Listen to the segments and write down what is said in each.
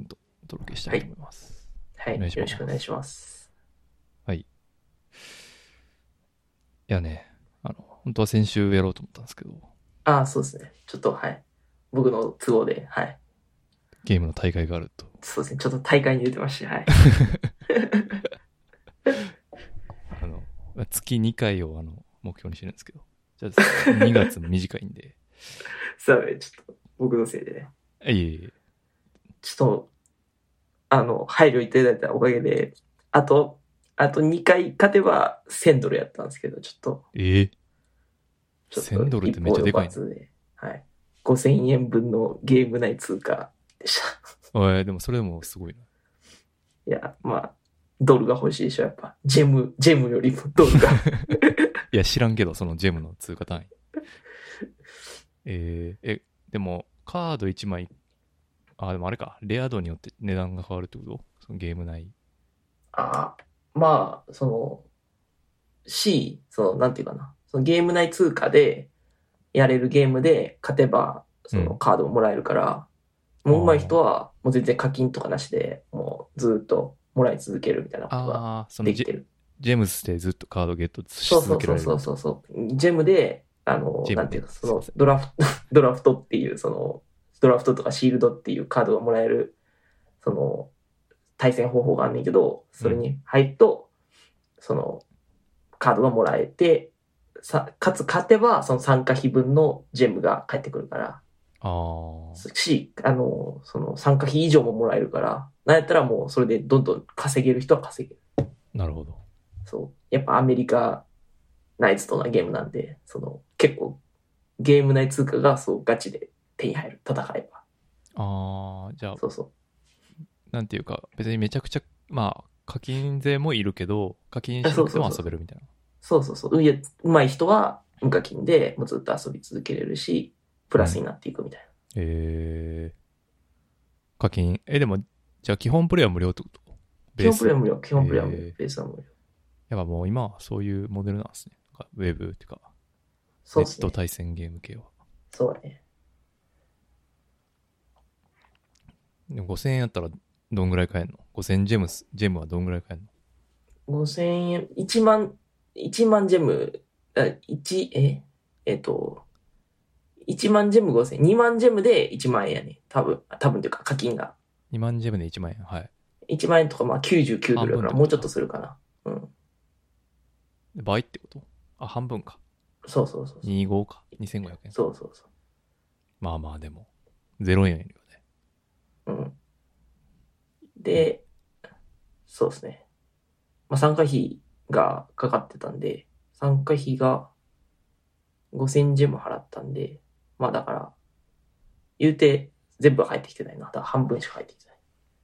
君とお届けしたいと思います。 はい。よろしくお願いします。 はい。いやね、本当は先週やろうと思ったんですけど。 そうですね。ちょっと、はい。僕の都合で、はい。 ゲームの大会があると。 そうですね。ちょっと大会に出てまして、はい。 月2回を目標にしてるんですけど。じゃあ2月も短いんで。 そうね。ちょっと、僕のせいでね。 いえいえ。 ちょっと、配慮いただいたおかげで、あと2回勝てば1000ドルやったんですけど、ちょっと。 1000ドルってめっちゃでかいね。 はい。5000円分のゲーム内通貨でした。 でもそれでもすごいな。 いや、まあ、ドルが欲しいでしょ、やっぱ。ジェムよりもドルが。 いや、知らんけど、そのジェムの通貨単位。でも、カード1枚、でもあれか、レア度によって値段が変わるってこと？そのゲーム内。 まあ、なんていうかな。そのゲーム内通貨で、やれるゲームで勝てば、そのカードをもらえるから、もう上手い人は、もう全然課金とかなしで、もうずっともらい続けるみたいなことができてる。 ジェムスでずっとカードゲットし続けられる。 そう。ジェムで、なんていうか、ドラフトっていう、ドラフトとかシールドっていうカードがもらえる、対戦方法があんねんけど、それに入ると、カードがもらえて、かつ勝てば、その参加費分のジェムが返ってくるから。参加費以上ももらえるから、なんやったらもうそれでどんどん稼げる人は稼げる。 なるほど。 そう。やっぱアメリカナイツとなゲームなんで、結構ゲーム内通貨がガチで手に入る。戦えば。 じゃあ、 そう。 なんていうか、別にめちゃくちゃ、まあ、課金税もいるけど、課金しなくても遊べるみたいな。 そう。うまい人は無課金でもうずっと遊び続けれるし、プラスになっていくみたいな。 課金。でも、じゃあ基本プレイは無料ってこと？ 基本プレイは無料。ベースは無料。 やっぱもう今はそういうモデルなんですね。ウェブっていうか、 そうですね。 ネット対戦ゲーム系は。 そうだね。 でも5000円やったらどんぐらい買えんの？ 5000 ジェムはどんぐらい買えんの？ 5000円、1万ジェム、1万ジェム5000、2万ジェムで1万円やね。多分というか課金が。 2万ジェムで1万円、はい。 1万円とかまあ99ドルだからもうちょっとするかな。うん。 倍ってこと？半分か。 そう。 25か。2500円。 そう。 まあでも、0円よね。 うん。で、そうですね。まあ参加費がかかってたんで、参加費が5000ジェム払ったんで、まあだから、言うて全部は返ってきてないな。だから半分しか返ってきてない。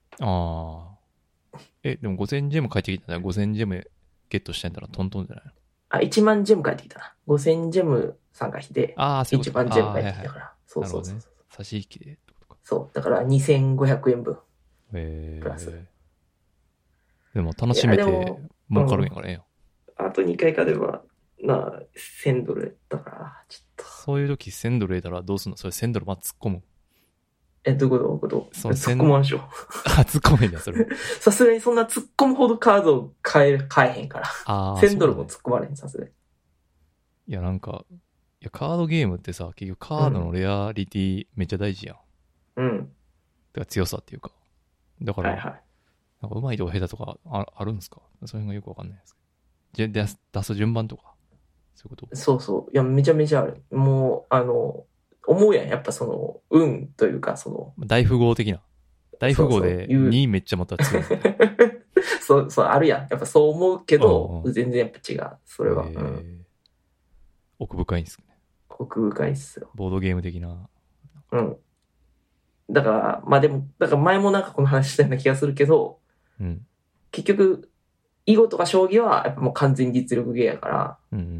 でも5000ジェム返ってきたら5000ジェムゲットしたんだらトントンじゃないの ？1万ジェム返ってきたな。5000ジェム参加費で、1万ジェム返ってきたから。そう。 差し引きで。 そう。だから2500円分。プラス。 でも楽しめて儲かるんやからあと2回勝てば、1000ドルやったから、ちょっと。 そういう時1000ドル得たらどうすんの？それ1000ドル突っ込む？ どういうこと突っ込まんしょ。 突っ込めんねそれ。 さすがにそんな突っ込むほどカードを買えへんから。1000ドルも突っ込まれへん、さすがに。 いやカードゲームってさ、結局カードのレアリティめっちゃ大事やん。 うん。 だから強さっていうか。だから、なんか上手いとか下手とかあるんですか？その辺がよくわかんないです。出す順番とか。そういうこと？ そう。いや、めちゃめちゃある。もう、思うやん。やっぱ運というか、 大富豪的な。大富豪で2めっちゃまた強い。 そう、あるやん。やっぱそう思うけど、全然やっぱ違う。それは。 奥深いんですね。 奥深いっすよ。 ボードゲーム的な。 うん。だから前もなんかこの話したような気がするけど、結局、囲碁とか将棋はやっぱもう完全に実力ゲーやから、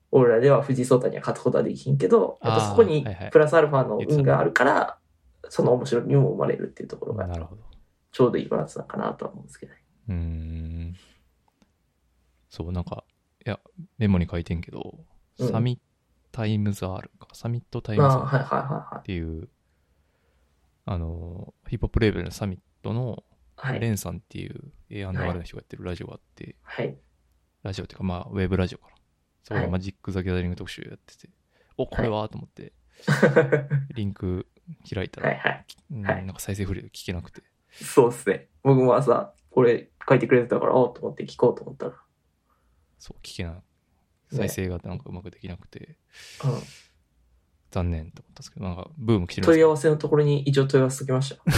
俺らでは藤井聡太には勝つことはできひんけど、やっぱそこにプラスアルファの運があるから、その面白みも生まれるっていうところが、 なるほど。 ちょうどいいバランスなのかなとは思うんですけどね。 そう、なんか、いや、メモに書いてんけど、サミットタイムズ R か、サミットタイムズ R っていう、ヒップホップレーベルのサミットの、レンさんっていう A&R の人がやってるラジオがあって、ラジオっていうか、まあ、ウェブラジオかな。そこでマジック・ザ・ギャザリング特集やってて、これはと思って、リンク開いたら、なんか再生不良で聞けなくて。 そうっすね。僕も朝、これ書いてくれてたから、と思って聞こうと思ったら。 そう、聞けない。再生がなんかうまくできなくて、残念と思ったんですけど、なんかブーム来てるんですか？ 問い合わせのところに一応問い合わせときました。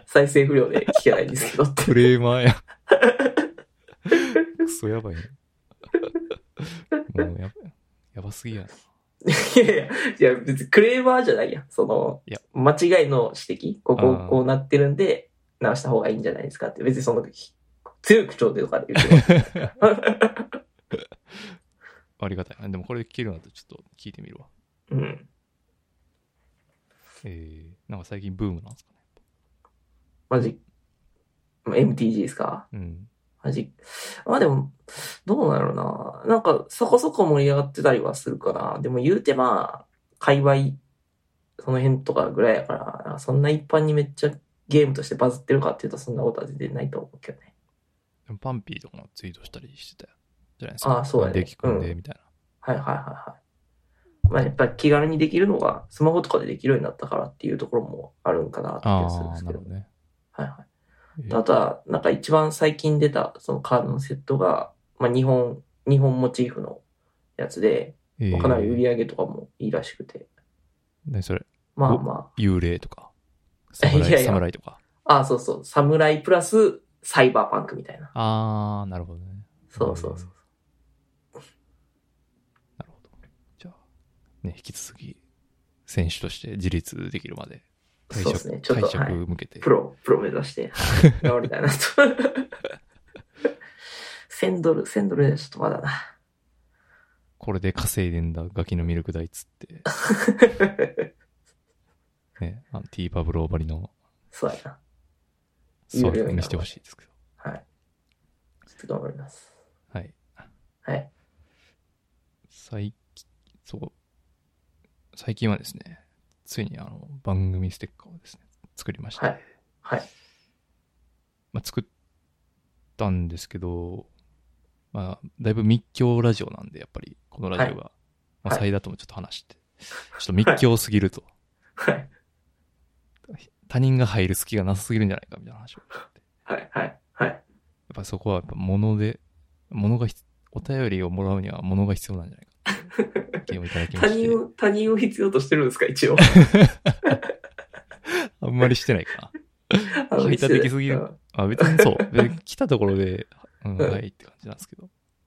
再生不良で聞けないんですけどって。 クレーマーや。クソやばいね。もうやばすぎやな。 いや、別にクレーマーじゃないやん。間違いの指摘、こうなってるんで、直した方がいいんじゃないですかって。別にその時、強い口調でとかで言ってます。 ありがたい。でもこれ聞けるなとちょっと聞いてみるわ。なんか最近ブームなんですかね。 マジ MTG ですか？マジ。まあでも、どうなのな。なんかそこそこ盛り上がってたりはするかな。でも言うてまあ、界隈、その辺とかぐらいやから、そんな一般にめっちゃゲームとしてバズってるかっていうとそんなことは全然ないと思うけどね。 でもパンピーとかもツイートしたりしてたじゃないですか。 そうだね。 デキ組んでみたいな。 まあやっぱり気軽にできるのがスマホとかでできるようになったからっていうところもあるんかなって気がするんですけど。ね。あとは、なんか一番最近出たそのカードのセットが、まあ日本モチーフのやつで、かなり売り上げとかもいいらしくて。 ね、それ。 まあ。 幽霊とか。侍とか。 そうそう。侍プラスサイバーパンクみたいな。 なるほどね。 そう。 なるほど。じゃあ、ね、引き続き、選手として自立できるまで。 そうですね。ちょっと、 向けて。 プロ目指して、頑張りたいなと。1000ドルでちょっとまだな。 これで稼いでんだ、ガキのミルク代っつって。ね、ティーパブローバリの。 そうやな。 そういうふうにしてほしいですけど。 はい。ちょっと頑張ります。 はい。最近はですね、ついに番組ステッカーをですね、作りました。作ったんですけど、まあ、だいぶ密教ラジオなんで、やっぱり、このラジオが、まあ、サイダーともちょっと話して、ちょっと密教すぎると。他人が入る隙がなさすぎるんじゃないか、みたいな話をして。やっぱそこは、やっぱお便りをもらうには物が必要なんじゃないか。意見をいただきまして。 他人を必要としてるんですか、一応。 あんまりしてないかな。排他的すぎる。別にそう。来たところで、はいって感じなんですけど。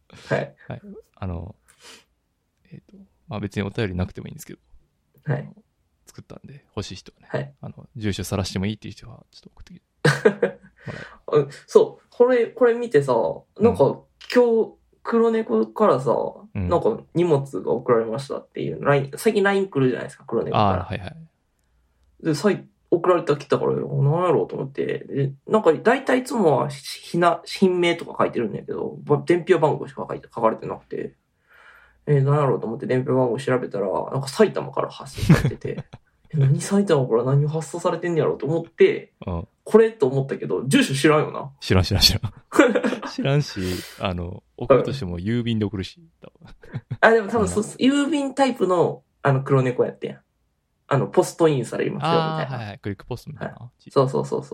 まあ別にお便りなくてもいいんですけど。作ったんで、欲しい人はね。住所晒してもいいっていう人は、ちょっと送ってきて。 そう。これ見てさ、なんか今日、黒猫からさ、なんか荷物が送られましたっていう、最近 LINE 来るじゃないですか、黒猫から。で、送られてきたから、何やろうと思って、で、なんか大体いつもは品名とか書いてるんだけど、伝票番号しか書かれてなくて、何やろうと思って伝票番号調べたら、なんか埼玉から発送されてて、何埼玉から何発送されてんやろうと思って、これと思ったけど、住所知らんよな。 知らん。知らんし、送るとしても郵便で送るし。 でも多分郵便タイプの、黒猫やってん。ポストインされますよ、みたいな。 クリックポストみたいな。 そう。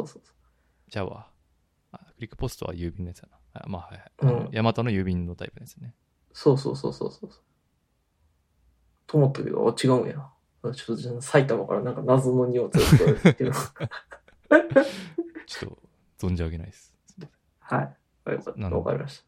じゃあクリックポストは郵便のやつやな。まあ、ヤマトの郵便のタイプのやつね。 そう。と思ったけど、違うんや。ちょっと埼玉からなんか謎の荷物が届いてる。 ちょっと存じ上げないです。 はい。わかりました。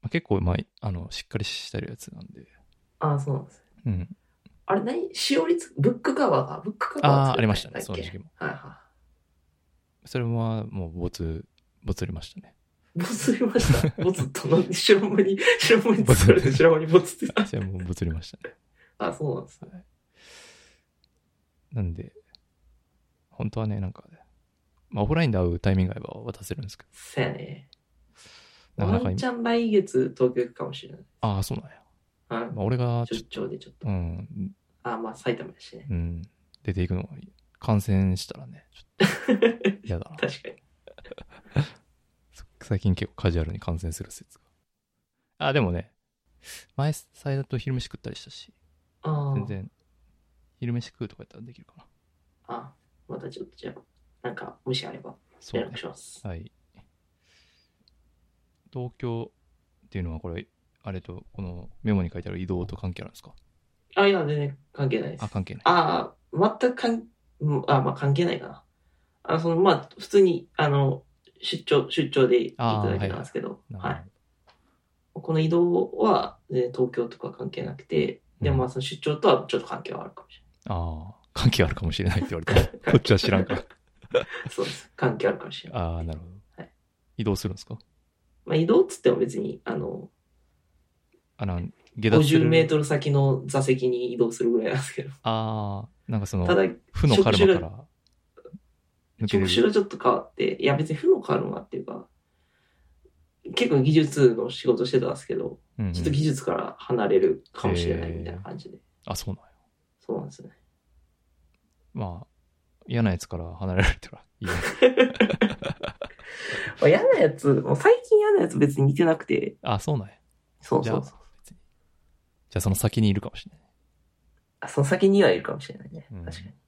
結構しっかりしてるやつなんで。 そうなんですね。あれ使用率ブックカバーありましたね、その時期も。それはもうボツりましたね。 ボツりました。ボツとの、白間に使われて白間にボツって。 じゃあもうボツりましたね。 あ、そうなんですね。 はい、なんで、本当はね、なんか、まあ、オフラインで会うタイミングがあれば渡せるんですけど。 そうやね。 なかなかワンチャン来月東京行くかもしれない。 ああ、そうなんや。 はい。 まあ、俺が出張でちょっと。 うん。 ああ、まあ埼玉やしね。 うん。出ていくのが感染したらね、ちょっと嫌だな。 確かに。 最近結構カジュアルに感染する説が。あ、でもね、前さだと昼飯食ったりしたし、全然、昼飯食うとかやったらできるかな。 あ、またちょっとじゃあ、なんか、もしあれば、連絡します。 はい。東京っていうのはこれ、あれと、このメモに書いてある移動と関係あるんですか？ あ、いや、全然関係ないです。 あ、関係ない。 ああ、全くまあ関係ないかな。まあ、普通に、出張で行くだけなんですけど、はい。この移動は、東京とか関係なくて、でもまあその出張とはちょっと関係はあるかもしれない。 ああ、関係あるかもしれないって言われて、こっちは知らんから。 そうです。関係あるかもしれない。 ああ、なるほど。 はい。 移動するんですか？ まあ移動っつっても別に、50メートル先の座席に移動するぐらいなんですけど。 ああ、なんかその、 ただ、 負のカルマから抜ける。職種がちょっと変わって、いや別に負のカルマっていうか、結構技術の仕事してたんですけど、うんうん、ちょっと技術から離れるかもしれないみたいな感じで。 あ、そうなんや。 そうなんですね。 まあ、嫌なやつから離れられたらいいね。 まあ、嫌なやつ、もう最近嫌なやつ別に似てなくて。 あ、そうなんや。 そうそうそう。 じゃあその先にいるかもしれない。 あ、その先にはいるかもしれないね。うん、確かに。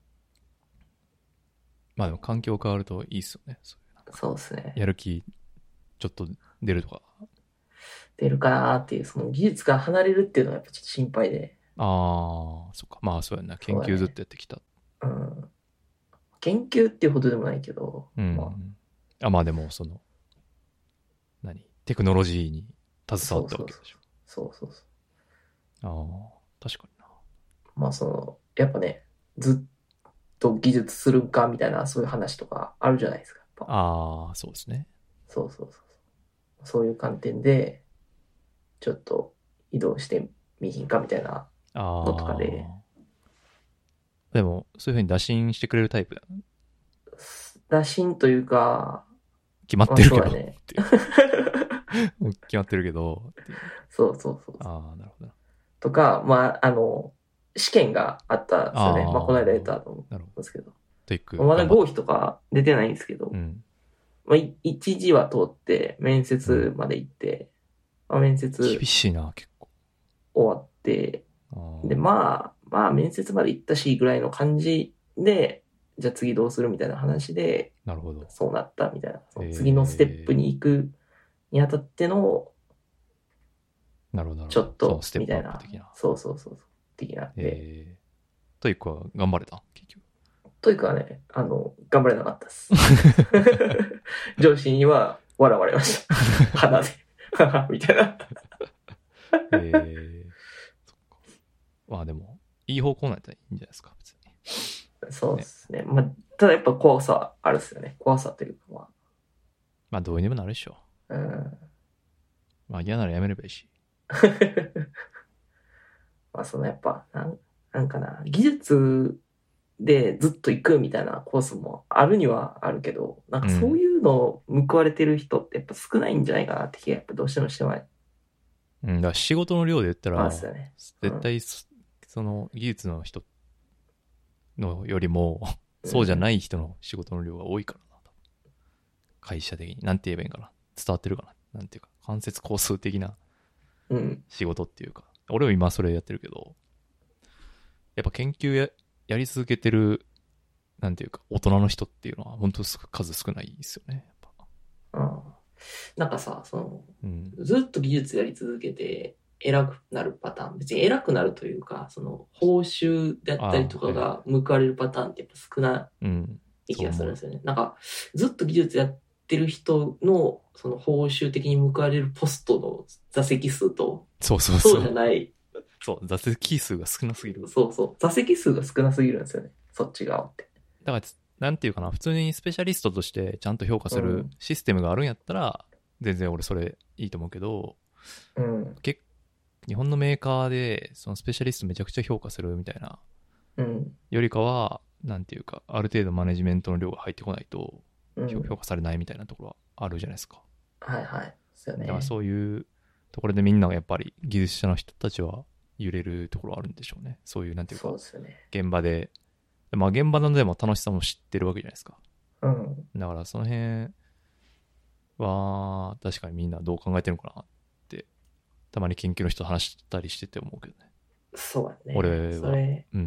まあでも環境変わるといいっすよね。 そうですね。 やる気、ちょっと出るとか。 出るかなーっていう、その技術から離れるっていうのはやっぱちょっと心配で。 ああ、そっか。まあそうやな。研究ずっとやってきた。 うん。研究っていうほどでもないけど。 うん。まあでも、テクノロジーに携わったわけでしょ。 そう。 ああ、確かにな。 まあやっぱね、ずっと技術するかみたいな、そういう話とかあるじゃないですか。 ああ、そうですね。 そう。そういう観点で、ちょっと移動してみひんかみたいなのとかで。 でも、そういうふうに打診してくれるタイプだね。 打診というか、 決まってるけど。 ね、 決まってるけど。 そう。 ああ、なるほど。 とか、まあ、試験があったんですよね。まあ、この間やったと思うんですけど。まだ合否とか出てないんですけど、まあ、一次は通って、面接まで行って、まあ、面接。 厳しいな、結構。 終わって、で、まあ、面接まで行ったし、ぐらいの感じで、じゃあ次どうするみたいな話で、 なるほど。 そうなったみたいな。その次のステップに行くにあたっての、 なるほど。 ちょっと、 みたいな。 そう。的な。 トイックは頑張れた結局。 トイックはね、頑張れなかったです。上司には笑われました。鼻で。みたいな。 そっか。まあでも、いい方向なんやったらいいんじゃないですか、別に。 そうですね。まあ、ただやっぱ怖さあるっすよね。怖さというかまあ、どうにでもなるでしょ。まあ、嫌ならやめればいいし。 まあ、やっぱ、なんかな、技術でずっと行くみたいなコースもあるにはあるけど、なんかそういうのを報われてる人ってやっぱ少ないんじゃないかなって気がやっぱどうしてもしてまい。 だから仕事の量で言ったら、 ね、 絶対その技術の人のよりも、そうじゃない人の仕事の量が多いからな。会社的に。なんて言えばいいんかな。伝わってるかな。なんていうか、間接工数的な仕事っていうか。俺は今それやってるけど、やっぱ研究やり続けてる、なんていうか、大人の人っていうのは、本当数少ないですよね。やっぱなんかさ、ずっと技術やり続けて、偉くなるパターン。別に偉くなるというか、報酬であったりとかが報われるパターンってやっぱ少ない気がするんですよね。なんか、ずっと技術やってる人の、報酬的に報われるポストの座席数と、そうじゃない。 そう、座席数が少なすぎる。 そう。座席数が少なすぎるんですよね。そっち側って。 だから、なんていうかな、普通にスペシャリストとしてちゃんと評価するシステムがあるんやったら、 全然俺それいいと思うけど、 うん。 日本のメーカーでそのスペシャリストめちゃくちゃ評価するみたいなうん。 よりかは、なんていうか、ある程度マネジメントの量が入ってこないと、 うん。 評価されないみたいなところはあるじゃないですか。 はいはい。そうよね。 だからそういうところでみんながやっぱり技術者の人たちは揺れるところあるんでしょうね。そういうなんていうか、 そうですよね。 現場で、まあ現場のでも楽しさも知ってるわけじゃないですか。 うん。 だからその辺は確かにみんなどう考えてるのかなってたまに研究の人と話したりしてて思うけどね。 そうだね。 俺はそれ、 うん、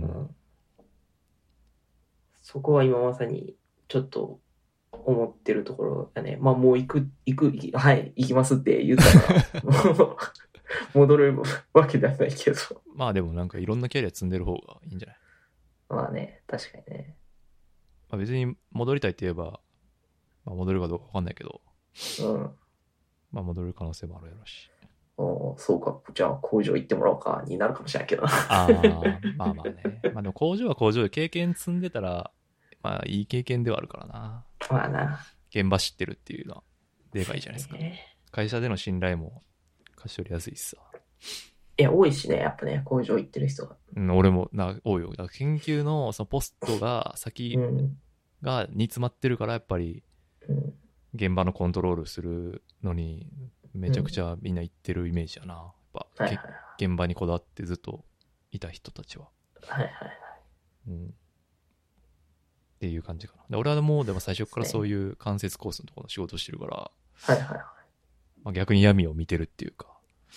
そこは今まさにちょっと思ってるところがね。まあもうはい、行きますって言ったら、もう戻るわけではないけど。 まあでもなんかいろんなキャリア積んでる方がいいんじゃない？ まあね、確かにね。 まあ、別に戻りたいって言えば、まあ、戻るかどうか分かんないけど、 うん。 まあ戻る可能性もあるやろうし。 そうか。じゃあ工場行ってもらおうかになるかもしれないけどな。 ああ、まあまあね。まあでも工場は工場で経験積んでたら、まあいい経験ではあるからな。 まあな。 現場知ってるっていうのはでかいじゃないですか。 ね、 会社での信頼も勝ち取りやすいしさ。 いや、多いしね、やっぱね、工場行ってる人が。 うん、俺も多いよ。だから研究のそのポストが先うん。 が煮詰まってるからやっぱりうん。 現場のコントロールするのにめちゃくちゃみんな行ってるイメージやな。やっぱ、 はいはい現場にこだわってずっといた人たちは。 はいはいうん。っていう感じかな。で俺はもうでも最初からそういう間接コースのところの仕事してるから、 はいはいまあ、逆に闇を見てるっていうか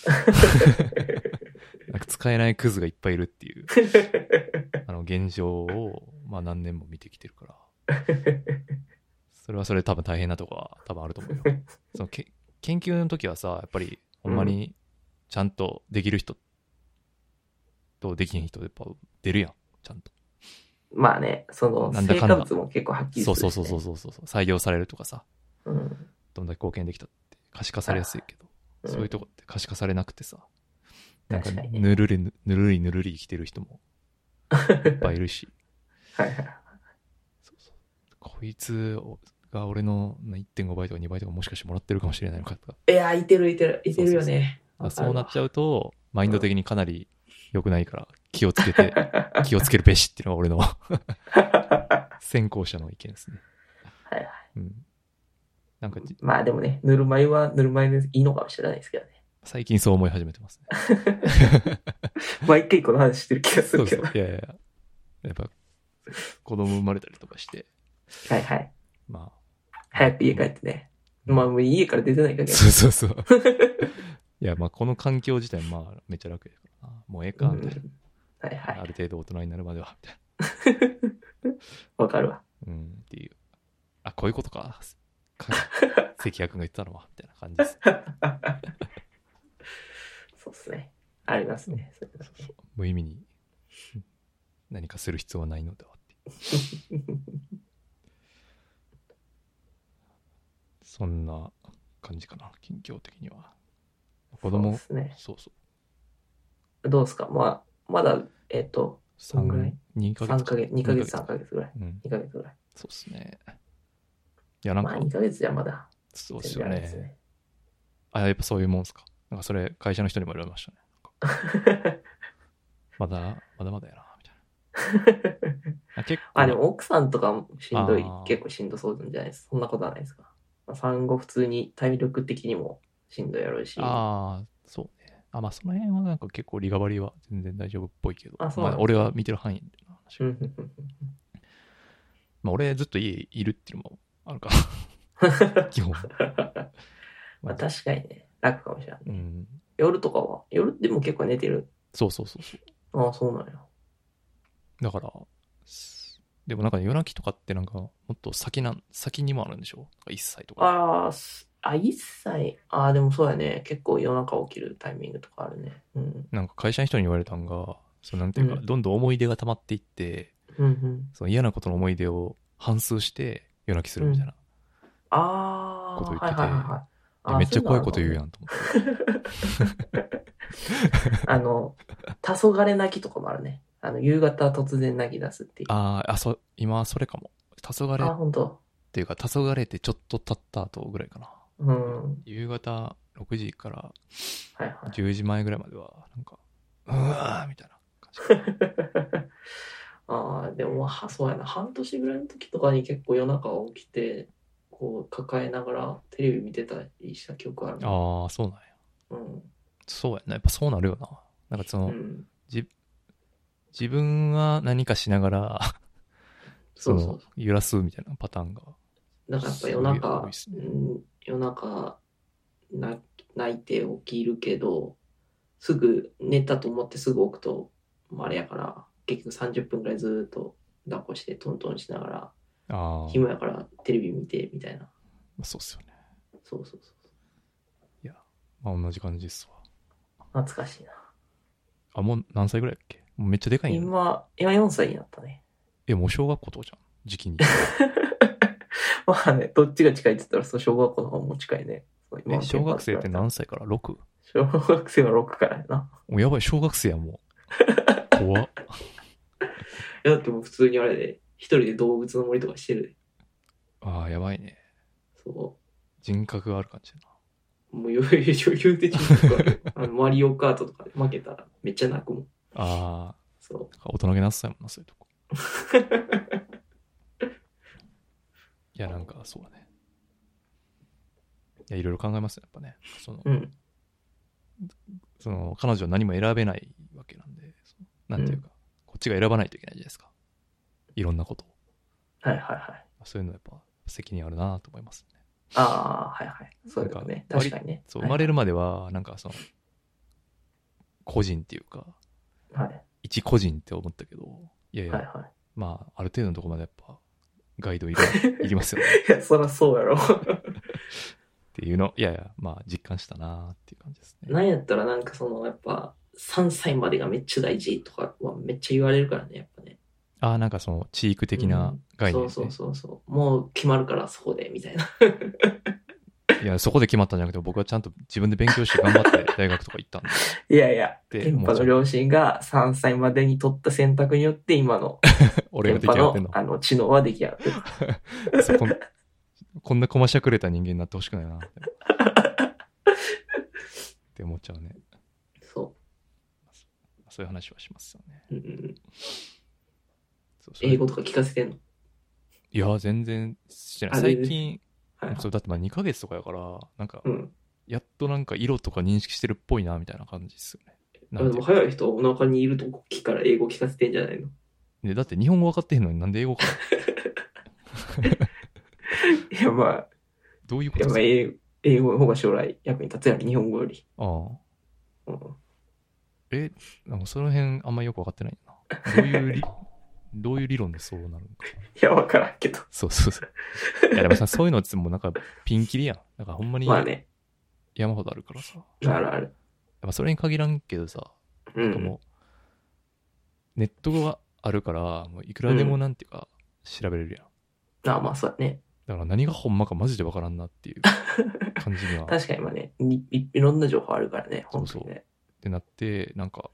なんか使えないクズがいっぱいいるっていう現状をまあ何年も見てきてるからそれはそれ多分大変なとこは多分あると思うよ。その研究の時はさ、やっぱりほんまにちゃんとできる人とできへん人やっぱ出るやん、ちゃんと。 まあね、そのなんだかんだ成果物も結構はっきりするし、ね、 そう採用されるとかさ、 うん、 どんだけ貢献できたって可視化されやすいけど、そういうとこって可視化されなくてさ、なんかぬるり生きてる人もいっぱいいるしはいはい、 そうこいつが俺の 1.5 倍とか2倍とかもしかしてもらってるかもしれないのかとか。 いや、いてるよね。 そうなっちゃうとマインド的にかなり良くないから気をつけるべしっていうのが俺の先行者の意見ですね。 はいはい。 うん。なんかまあでもね、ぬるま湯はぬるま湯でいいのかもしれないですけどね。 最近そう思い始めてますね。 毎回この話してる気がするけど。 いややっぱ子供生まれたりとかして。 はいはい。 まあ早く家帰ってね。まあもう家から出てないからね。 そう。いやまあこの環境自体まあめっちゃ楽やからな。もうええかみたいな。はいはい。ある程度大人になるまではみたいな。わかるわ。 っていう。あ、こういうことか。関谷君が言ったのはみたいな感じです。 そうっすね。ありますね。そう無意味に何かする必要はないのではってそんな感じかな、近況的には。子供、 そうですね。 そうどうですか？まだ、3ぐらい ?2 ヶ月。 2ヶ月、3ヶ月ぐらい。2ヶ月ぐらい。 そうっすね。いや、なんか。 まあ、2ヶ月じゃまだ。 そうっすよね。あ、やっぱそういうもんすか。なんかそれ、会社の人にも言われましたね。まだやな、みたいな。結構。 でも奥さんとかも結構しんどそうなんじゃないですか。そんなことはないですか。産後普通に体力的にもしんどいやろうし。 そうね。まあその辺はなんか結構リカバリーは全然大丈夫っぽいけど。 そうなんですか。 俺は見てる範囲での話。まあ俺ずっと家いるっていうのもあるから。基本。 まあ確かにね、楽かもしれない、ね。夜とかは夜でも結構寝てる。 そう。 そうなんや。 だから、でもなんか夜泣きとかってなんかもっと先にもあるんでしょ？1歳とか。 1歳。でもそうやね。結構夜中起きるタイミングとかあるね。 なんか会社の人に言われたんが、なんていうか、どんどん思い出が溜まっていって、その嫌なことの思い出を反芻して夜泣きするみたいなことを言ってて、めっちゃ怖いこと言うやんと思って。 黄昏泣きとかもあるね。夕方突然泣き出すっていう。 今それかも。黄昏っていうか、黄昏ってちょっと経った後ぐらいかな。 うん。 夕方6時からはいはい。 10時前ぐらいまでは、なんか、うわーみたいな感じ。 ああ、でもそうやな。半年ぐらいの時とかに結構夜中起きて、こう抱えながらテレビ見てたりした記憶あるな。 ああ、そうなんや。 うん。 そうやな。やっぱそうなるよな。なんかその、 うん。 自分は何かしながらその、 そうそうそ揺らすみたいなパターンが、 う。だからやっぱ夜すげえ多いっ中、 すね。 夜中な泣いて起きるけど、すぐ寝たと思ってすぐ起くと、あれやから、結局30分ぐらいずっと抱っこしてトントンしながら、 ああ、 暇やからテレビ見てみたいな。 そうっすよね。 そうそうそう。 いや、まあ同じ感じっすわ。 懐かしいな。 あ、もう何歳ぐらいだっけ？もうめっちゃでかいんやね。 今4歳になったね。 もう小学校とかじゃん。時期に。 まあね、どっちが近いって言ったら、小学校の方も近いね。今の小学生って何歳歳から 6？ 小学生は6からやな。 もうやばい、小学生やもう。怖っ。 いや、だってもう普通にあれで、一人で動物の森とかしてるで。 ああ、やばいね。 そ人格がある感じだな。 う。もう余裕で人格ある。マリオカートとかで負けたらめっちゃ泣くもん。 ああ、 そ大人げなさやもんな、そういうとこ。いや、なんかそうだね。いや、いろいろ考えますね、やっぱね。 う。うん。 彼女は何も選べないわけなんで、なんていうか、こっちが選ばないといけないじゃないですか。いろんなことを。 はいはいはい。 そういうのやっぱ責任あるなと思いますね。 ああ、はいはい。そういうことね。確かにね。 そう、生まれるまでは、なんか個人っていうか、 はい。 一個人って思ったけど、いやいや、 はいはい。 まあ、ある程度のところまでやっぱ、ガイドいりますよね。 いや、そらそうやろ。 っていうの、いやいや、まあ、実感したなっていう感じですね。 なんやったらなんかやっぱ、3歳までがめっちゃ大事とかはめっちゃ言われるからね、やっぱね。 ああ、なんか地域的な概念ね。 そうそうそう。もう決まるからそこで、みたいな。 いや、そこで決まったんじゃなくて、僕はちゃんと自分で勉強して頑張って大学とか行ったんで。 いやいや、 でケンパの両親が3歳までに取った選択によって今の俺が出来上がってんの。 知能は出来上がってる。 こんなこましゃくれた人間になってほしくないなって思っちゃうね。 そういう話はしますよね。 英語とか聞かせてんの？ いや、全然してない。最近、 はいはい、 だって2ヶ月とかやから、なんか、 うん、 やっとなんか色とか認識してるっぽいな、みたいな感じですよね。 でも早い人はお腹にいるとこから英語聞かせてんじゃないの？ ね、だって日本語分かってへんのになんで英語かいや、まあ、 どういうことですか？ 英語の方が将来役に立つやろ、日本語より。 ああ。 うん、 なんかその辺あんまよく分かってないな。どういう理論でそうなるのか。 いや、わからんけど。 そう。いや、でもさ、そういうのってもうなんかピンキリやん。だからほんまに山ほどあるからさ。 ある。 やっぱそれに限らんけどさ、なんかもう、ネットがあるから、もういくらでもなんていうか、調べれるやん。 まあそうだね。 だから何がほんまかマジで分からんなっていう感じには。 確かに今ねいろんな情報あるからね、本当にね。 そうってなって、なんか、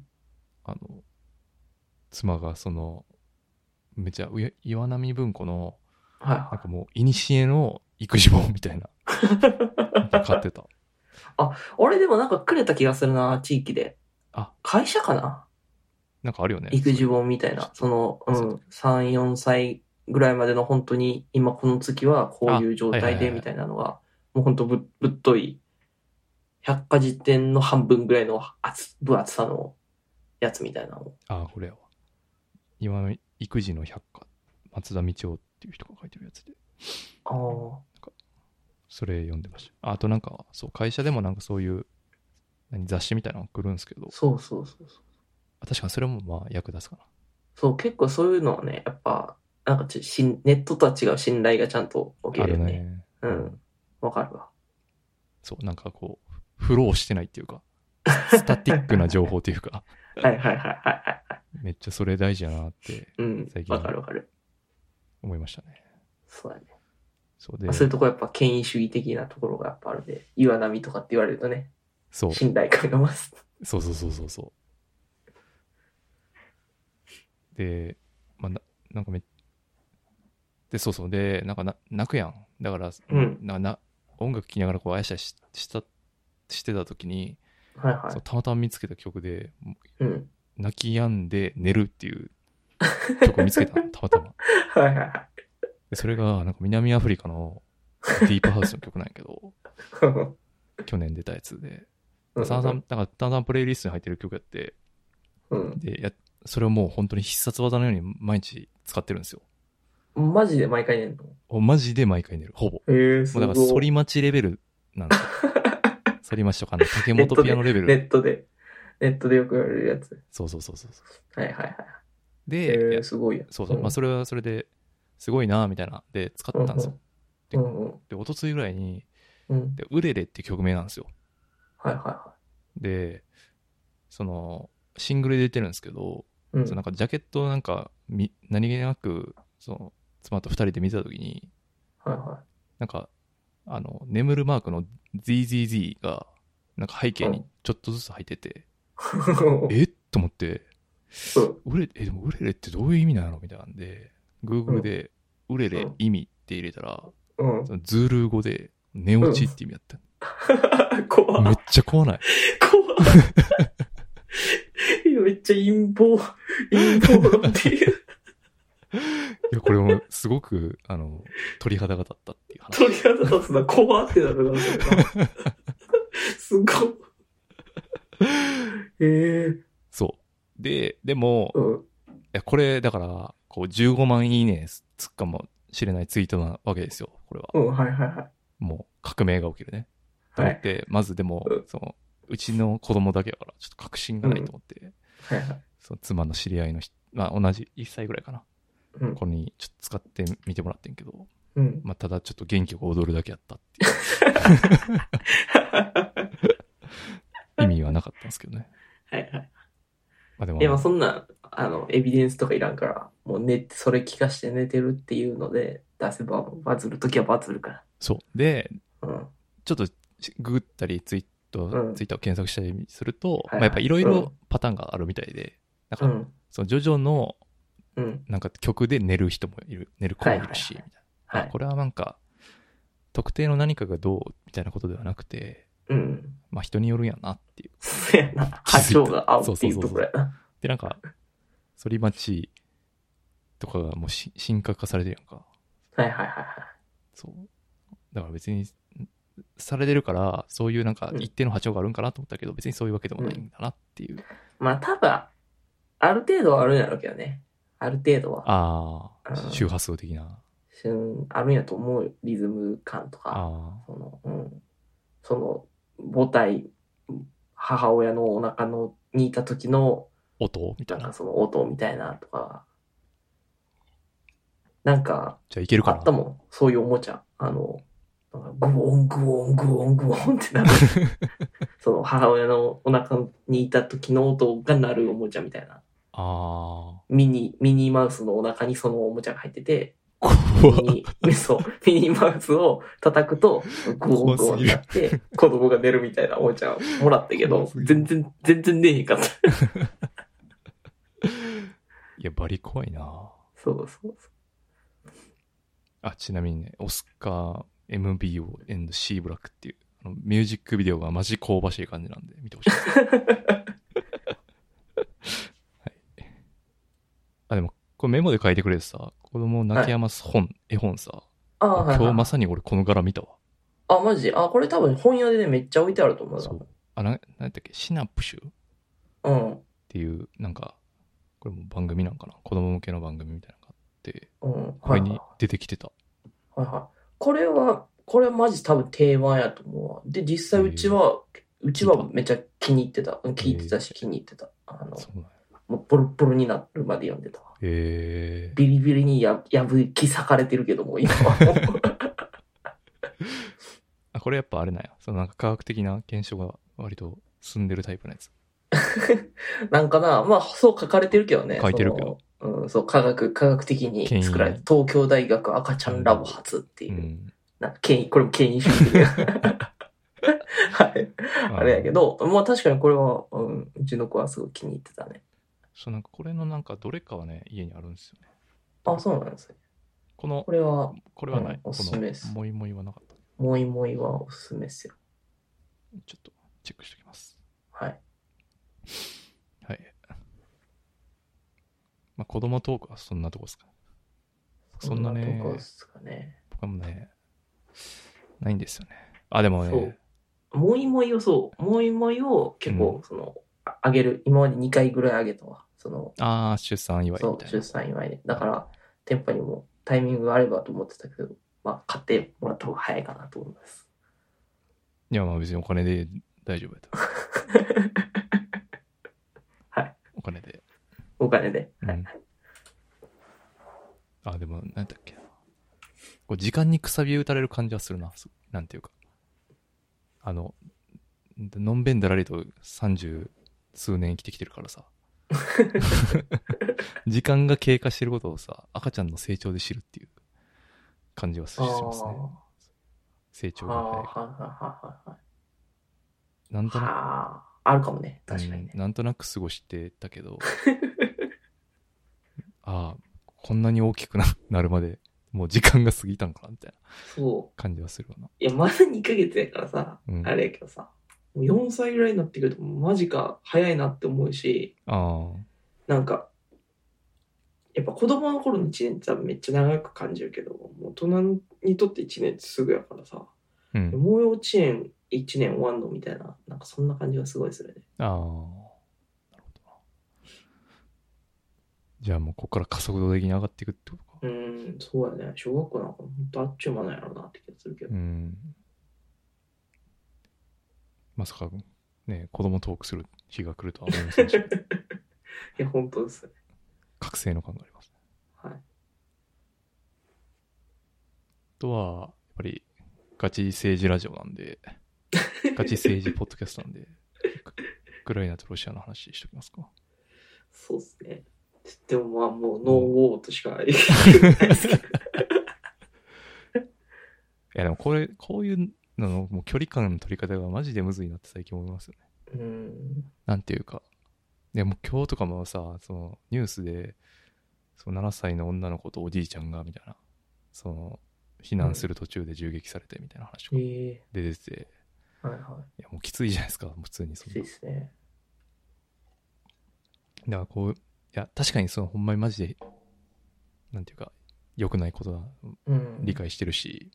妻がめちゃ岩波文庫の、なんかもう、いにしえの育児本みたいな。買ってた。 俺でもなんかくれた気がするな、地域で。会社かな？ なんかあるよね。 育児本みたいな。3、4歳ぐらいまでの本当に、今この月はこういう状態でみたいなのが、もう本当ぶっとい、百科事典の半分ぐらいの分厚さのやつみたいなの。 これやわ。今の育児の百科、松田道夫っていう人が書いてるやつで。なんかそれ読んでました。あとなんか、そう、会社でもなんかそういう、雑誌みたいなの来るんですけど。 そう。 確かにそれもまあ役立つかな。 そう、結構そういうのはね、やっぱ、なんかネットとは違う信頼がちゃんと起きるよね。あるね。わかるわ。 そう、なんかこう、フローしてないっていうか、スタティックな情報っていうか。 はい。 めっちゃそれ大事やなって、最近。 わかる。 思いましたね。 そうだね。 そうで。 そういうとこやっぱ権威主義的なところがやっぱあるんで、岩波とかって言われるとね、 そう。 信頼感が増す。 そう。で、まあ、なんかで、そう。で、なんか泣くやん。だから、 音楽聴きながらこうあやしゃしてた時に、 はいはい。 たまたま見つけた曲で、 うん。 泣き止んで寝るっていう曲を見つけたの、たまたま。 はいはいはでそれがなんか南アフリカのディープハウスの曲なんやけど、去年出たやつで、なんかたまたまプレイリストに入ってる曲やって、 うん。 でそれをもう本当に必殺技のように毎日使ってるんですよ。 マジで毎回寝んの？ マジで毎回寝る、ほぼ。 すごい。 もうだから反町レベルなんですよ。反町とかの竹本ピアノレベル。 ネットでよく言われるやつ。 そう。 はいはいはい。 で、 すごいや。 そう。まあそれはそれですごいなみたいなで使ったんですよ。で、一昨日ぐらいに、でウレレって曲名なんですよ。 はいはいはい。 で、そのシングルで出てるんですけど、そのなんかジャケットなんか何気なくその妻と二人で見てた時に、 はいはい。 なんか眠るマークの ZZZ がなんか背景にちょっとずつ入ってて、と思って、でもウレレってどういう意味なのみたいなんで、Google でウレレ意味って入れたら、そのズールー語で寝落ちって意味やった。 怖めっちゃ怖ない。 いやめっちゃ陰謀っていう。 いや、これもすごく、鳥肌が立ったっていう話。 鳥肌立つな、怖ってなるな、すごい。 そう。でも、いやこれ、だから、こう、15万いいねつくかもしれないツイートなわけですよ、これは。 はいはいはい。 もう、革命が起きるね。と思って、まずでも、うちの子供だけだから、ちょっと確信がないと思って、その妻の知り合いの人、まあ同じ1歳ぐらいかな。これにちょっと使ってみてもらってんけど、まあただちょっと元気が踊るだけやったっていう意味はなかったんですけどね。 はいはい。 まあでも、 そんなエビデンスとかいらんから、もう寝てそれ聞かして寝てるっていうので出せばバズるときはバズるから。 そうで、ちょっとググったりツイッターを検索したりすると、まあやっぱいろいろパターンがあるみたいで、なんかそのジョジョのなんか曲で寝る人もいる、寝る子もいるし、みたいな。これはなんか、特定の何かがどうみたいなことではなくて、まあ人によるんやなっていう。 そうやな。波長が合うっていうところやな。 で、なんか、反町とかがもう神格化されてるやんか。 はいはいはいはい。 そう。だから別に、されてるから、そういうなんか一定の波長があるんかなと思ったけど、別にそういうわけでもないんだなっていう。 まあ多分、ある程度はあるんやろうけどね。ある程度は。 ああ、周波数的な。 あるんやと思うよ。リズム感とか。その母体、母親のお腹にいた時の音みたいな。 なんかその音みたいなとか。なんか、 じゃあいけるかな。 あったもん。そういうおもちゃ。グオングオングオングオンってなる。その母親のお腹にいた時の音が鳴るおもちゃみたいな。ミニマウスのお腹にそのおもちゃが入ってて、ミニマウスを叩くと、グオングオンになって、子供が寝るみたいなおもちゃをもらったけど、全然寝えへんかった。 いや、バリ怖いな。 そう。 ちなみにね、オスカー MBO&C ブラックっていうミュージックビデオがマジ香ばしい感じなんで見てほしい。でも、これメモで書いてくれてさ、子供を泣き止ます絵本さ。今日まさに俺この柄見たわ。 マジ？これ多分本屋でね、めっちゃ置いてあると思う。そう。 なんだっけ、シナプシュっていう、なんか、これも番組なんかな、子供向けの番組みたいなのがあって、これに出てきてた。これはマジ多分定番やと思うわ。で、実際うちはめっちゃ気に入ってた。聞いてたし気に入ってた。もうボロボロになるまで読んでたわ。ビリビリに破き裂かれてるけども、今は。これやっぱあれなんや。そのなんか科学的な検証が割と進んでるタイプのやつ。 なんかな、まあそう書かれてるけどね。 書いてるけど。 そう科学的に作られた東京大学赤ちゃんラボ発っていう。なんかこれも権威主義的な。はい。あれやけど、まあ確かにこれは、うちの子はすごい気に入ってたね。 なんかこれのなんかどれかはね、家にあるんですよね。 そうなんですね。これはない。 おすすめです。 モイモイはなかった。 もいもいはおすすめですよ。 ちょっとチェックしておきます。 はい。 はい。まあ子供トークはそんなとこですか。そんなね。 そんなとこですかね。 僕もね、ないんですよね。あ、でもね。 もいもいをもいもいを結構、あげる。今まで2回ぐらいあげたわ。 出産祝いみたいな。 そう、出産祝いで。だから、店舗にもタイミングがあればと思ってたけど、まあ、買ってもらった方が早いかなと思います。 いや、まあ別にお金で大丈夫やと。 はい。 お金で。 はい。 あ、でも、なんだっけな。こう時間にくさび打たれる感じはするな。なんていうか。のんべんだらりと30数年生きてきてるからさ。時間が経過してることをさ、赤ちゃんの成長で知るっていう感じはしますね。成長が早いから。なんとなく。 あるかもね。確かにね。 なんとなく過ごしてたけど、こんなに大きくなるまで、もう時間が過ぎたんかな、みたいな感じはするよな。 いや、まだ2ヶ月やからさ、あれやけどさ、もう4歳ぐらいになってくると、マジか早いなって思うし、なんか、やっぱ子供の頃の1年ってめっちゃ長く感じるけど、もう大人にとって1年ってすぐやからさ、もう幼稚園1年終わんのみたいな、なんかそんな感じがすごいするね。 なるほど。じゃあもうここから加速度的に上がっていくってことか。 そうやね。小学校なんか本当あっちゅう間なんやろうなって気がするけど。 まさかね、子供トークする日が来るとは思いませんでした。いや、本当ですね。 覚醒の感があります。 はい。あとは、やっぱり、ガチ政治ラジオなんで、ガチ政治ポッドキャストなんで、ウクライナとロシアの話しときますか。 そうですね。でもまあもうノーウォーとしか言えないですけど。いやでもこういうののもう距離感の取り方がマジでむずいなって最近思いますよね。なんていうか。でも今日とかもさ、そのニュースで、その7歳の女の子とおじいちゃんがみたいな、その避難する途中で銃撃されてみたいな話とかで出てて、 はいはい。 いやもうきついじゃないですか、普通にそんな。 きついですね。 だからこう、いや確かにそのほんまにマジでなんていうか良くないことは理解してるし、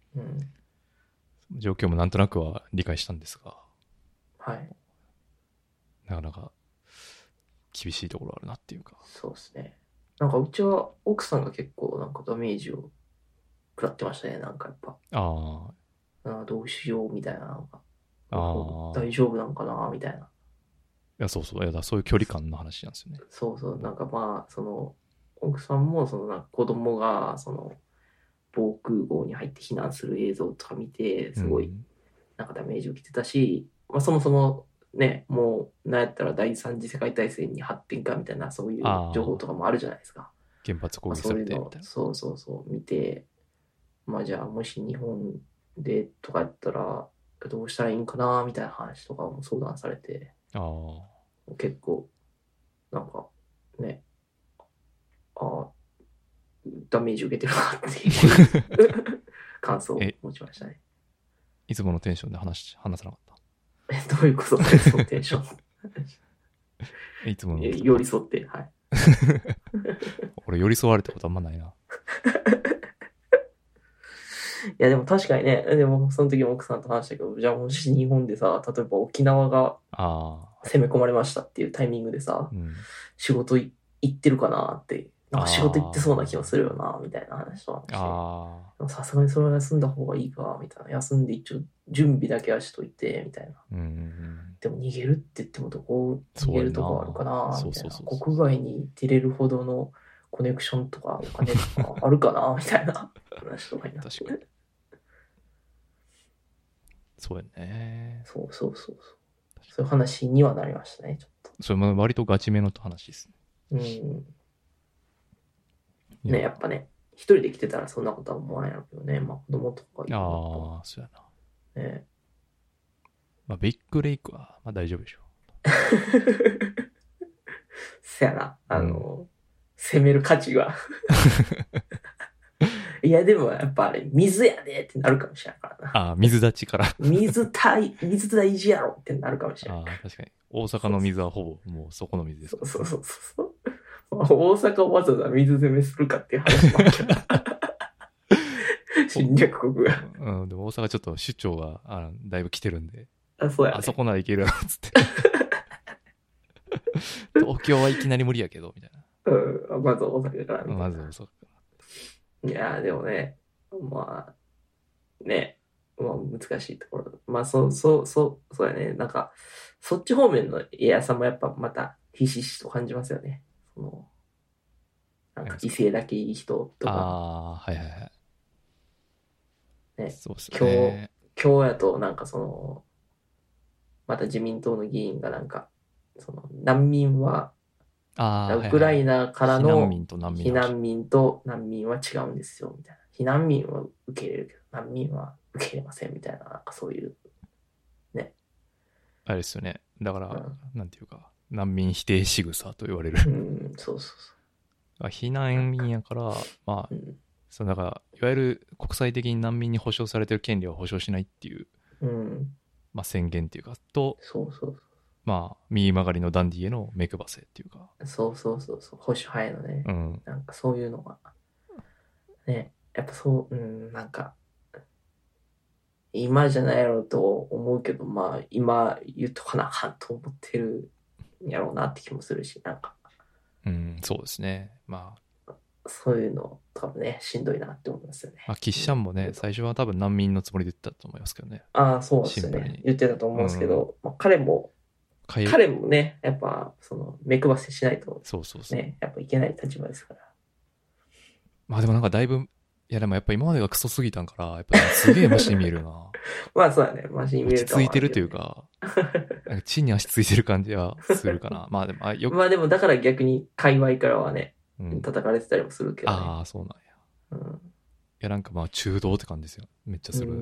状況もなんとなくは理解したんですが、 はい。 なかなか厳しいところあるなっていうか。 そうですね。なんかうちは奥さんが結構なんかダメージを食らってましたね。なんかやっぱ。どうしようみたいな、なんか大丈夫なんかなみたいな。 いやそうそう、いやそういう距離感の話なんですよね。 そうそう、なんかまあその奥さんもそのなんか子供がその防空壕に入って避難する映像とか見てすごいなんかダメージを受けてたし、まあそもそもね、もうなんやったら第三次世界大戦に発展かみたいなそういう情報とかもあるじゃないですか。 原発攻撃されてみたいな。 そうそうそう見て、まあじゃあもし日本でとかやったらどうしたらいいんかなみたいな話とかも相談されて、結構なんかね、ダメージ受けてるなっていう感想を持ちましたね。 いつものテンションで話さなかった？ どういうことですか、テンション。いつもの寄り添って、はい。 俺寄り添われたことあんまないな。 いやでも確かにね、でもその時も奥さんと話したけど、じゃあもし日本でさ、例えば沖縄が攻め込まれましたっていうタイミングでさ、仕事行ってるかなって、なんか仕事行ってそうな気もするよな、みたいな話とかして、さすがにそれは休んだ方がいいか、みたいな。休んで一応準備だけはしといて、みたいな。でも逃げるって言ってもどこ逃げるとこあるかな、みたいな。国外に出れるほどのコネクションとかお金とかあるかな、みたいな話とかになって。確かに。 そうやね。 そう。そういう話にはなりましたね、ちょっと。 それも割とガチめの話ですね。ね、やっぱね、一人で来てたらそんなことは思わないのけどね、まあ子供とかいると。そうやな。ね。 まあビッグレイクはまあ大丈夫でしょ。 そやな、攻める価値がいや、でもやっぱあれ、水やでってなるかもしれないからな。 ああ、水立ちから。 水大事やろってなるかもしれない。 ああ、確かに。大阪の水はほぼもうそこの水ですから、ね。 そう。大阪をわざわざ水攻めするかっていう話もあるけど。侵略国が。 うん、でも大阪ちょっと首長がだいぶ来てるんで。 そうやね。 あそこならいけるやろ、つって。東京はいきなり無理やけど、みたいな。 まず大阪から。 まず大阪から。 いや、でもね、まあ、ね、まあ難しいところ。まあそうやね。なんか、そっち方面のエアさんもやっぱまたひしひしと感じますよね。なんか異性だけいい人とか。 ああ、はいはいはい。 ね、 そうっすね。 今日やとなんかまた自民党の議員がなんか、難民は、ウクライナからの避難民と難民は違うんですよ、みたいな。避難民は受け入れるけど、難民は受け入れません、みたいな、なんかそういう、ね。 あれですよね。だから、なんていうか、難民否定仕草と言われる。 そう。 避難民やから、まあ、だから、いわゆる国際的に難民に保障されてる権利は保障しないっていう、まあ宣言っていうか、と、 そう。 まあ、右曲がりのダンディへの目配せっていうか。 そう。保守派へのね。なんかそういうのが、ね、やっぱなんか、今じゃないやろうと思うけど、まあ、今言っとかなあかんと思ってるんやろうなって気もするし、なんか。 そうですね。まあ。そういうの多分ね、しんどいなって思いますよね。 まあ、岸ちゃんもね、最初は多分難民のつもりで言ったと思いますけどね。 ああ、そうですよね。言ってたと思うんですけど、まあ、彼もね、やっぱ、目配せしないと、ね、やっぱいけない立場ですから。 まあでもなんかだいぶ、いやでもやっぱ今までがクソすぎたんから、やっぱすげえマシに見えるな。 まあそうだね、マシに見えるかも。落ち着いてるというか、地に足ついてる感じはするかな。まあでも、 まあでもだから逆に界隈からはね、叩かれてたりもするけどね。 ああ、そうなんや。いやなんかまあ中道って感じですよ。めっちゃする。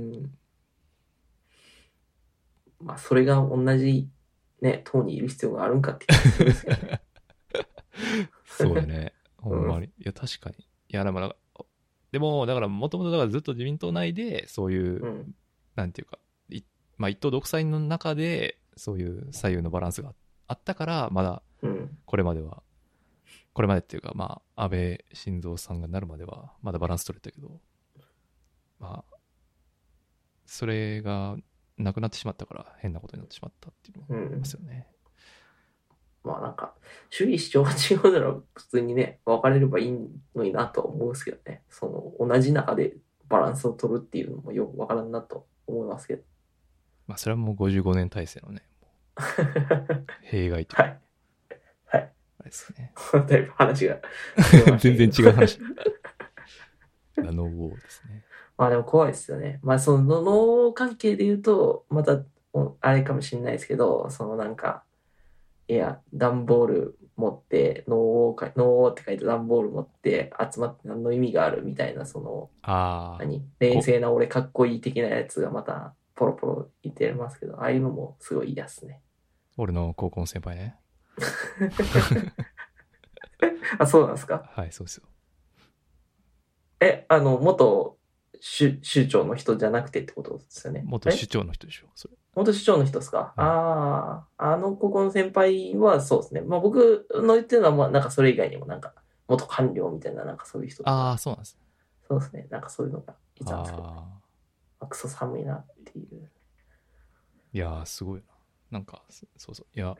まあそれが同じね、党にいる必要があるんかって気がするんですよね。 そうだね。ほんまに。いや確かに。いやでもだからもともとだからずっと自民党内でそういう、なんていうか、まあ一党独裁の中でそういう左右のバランスがあったからまだこれまでっていうかまあ安倍晋三さんがなるまではまだバランス取れたけど、まあそれがなくなってしまったから変なことになってしまったっていうのもありますよね。 まあなんか主義主張が違うなら普通にね分かれればいいのになとは思うんですけどね。同じ中でバランスを取るっていうのもよく分からんなと思いますけど。 まあそれはもう55年体制のね弊害というか。 はい。 あれですね。 だいぶ話が全然違う話。ナノウォーですね。 まあでも怖いですよね。まあ脳関係で言うとまたあれかもしれないですけど、なんかいや段ボール持って脳って書いて段ボール持って集まって何の意味があるみたいな冷静な俺かっこいい的なやつがまたポロポロ言ってますけど、ああいうのもすごい嫌ですね。 俺の高校の先輩ね。 あ、そうなんですか？ はい、そうですよ。 元首長の人じゃなくてってことですよね。 元首長の人でしょ、それ。 元首長の人ですか？ああ、高校の先輩はそうですね。まあ僕の言ってるのは、まあなんかそれ以外にもなんか、元官僚みたいななんかそういう人とか。 ああ、そうなんです。 そうですね。なんかそういうのがいたんですけど、ね。クソ寒いなっていう。 いやー、すごいな。なんか、そう。いや、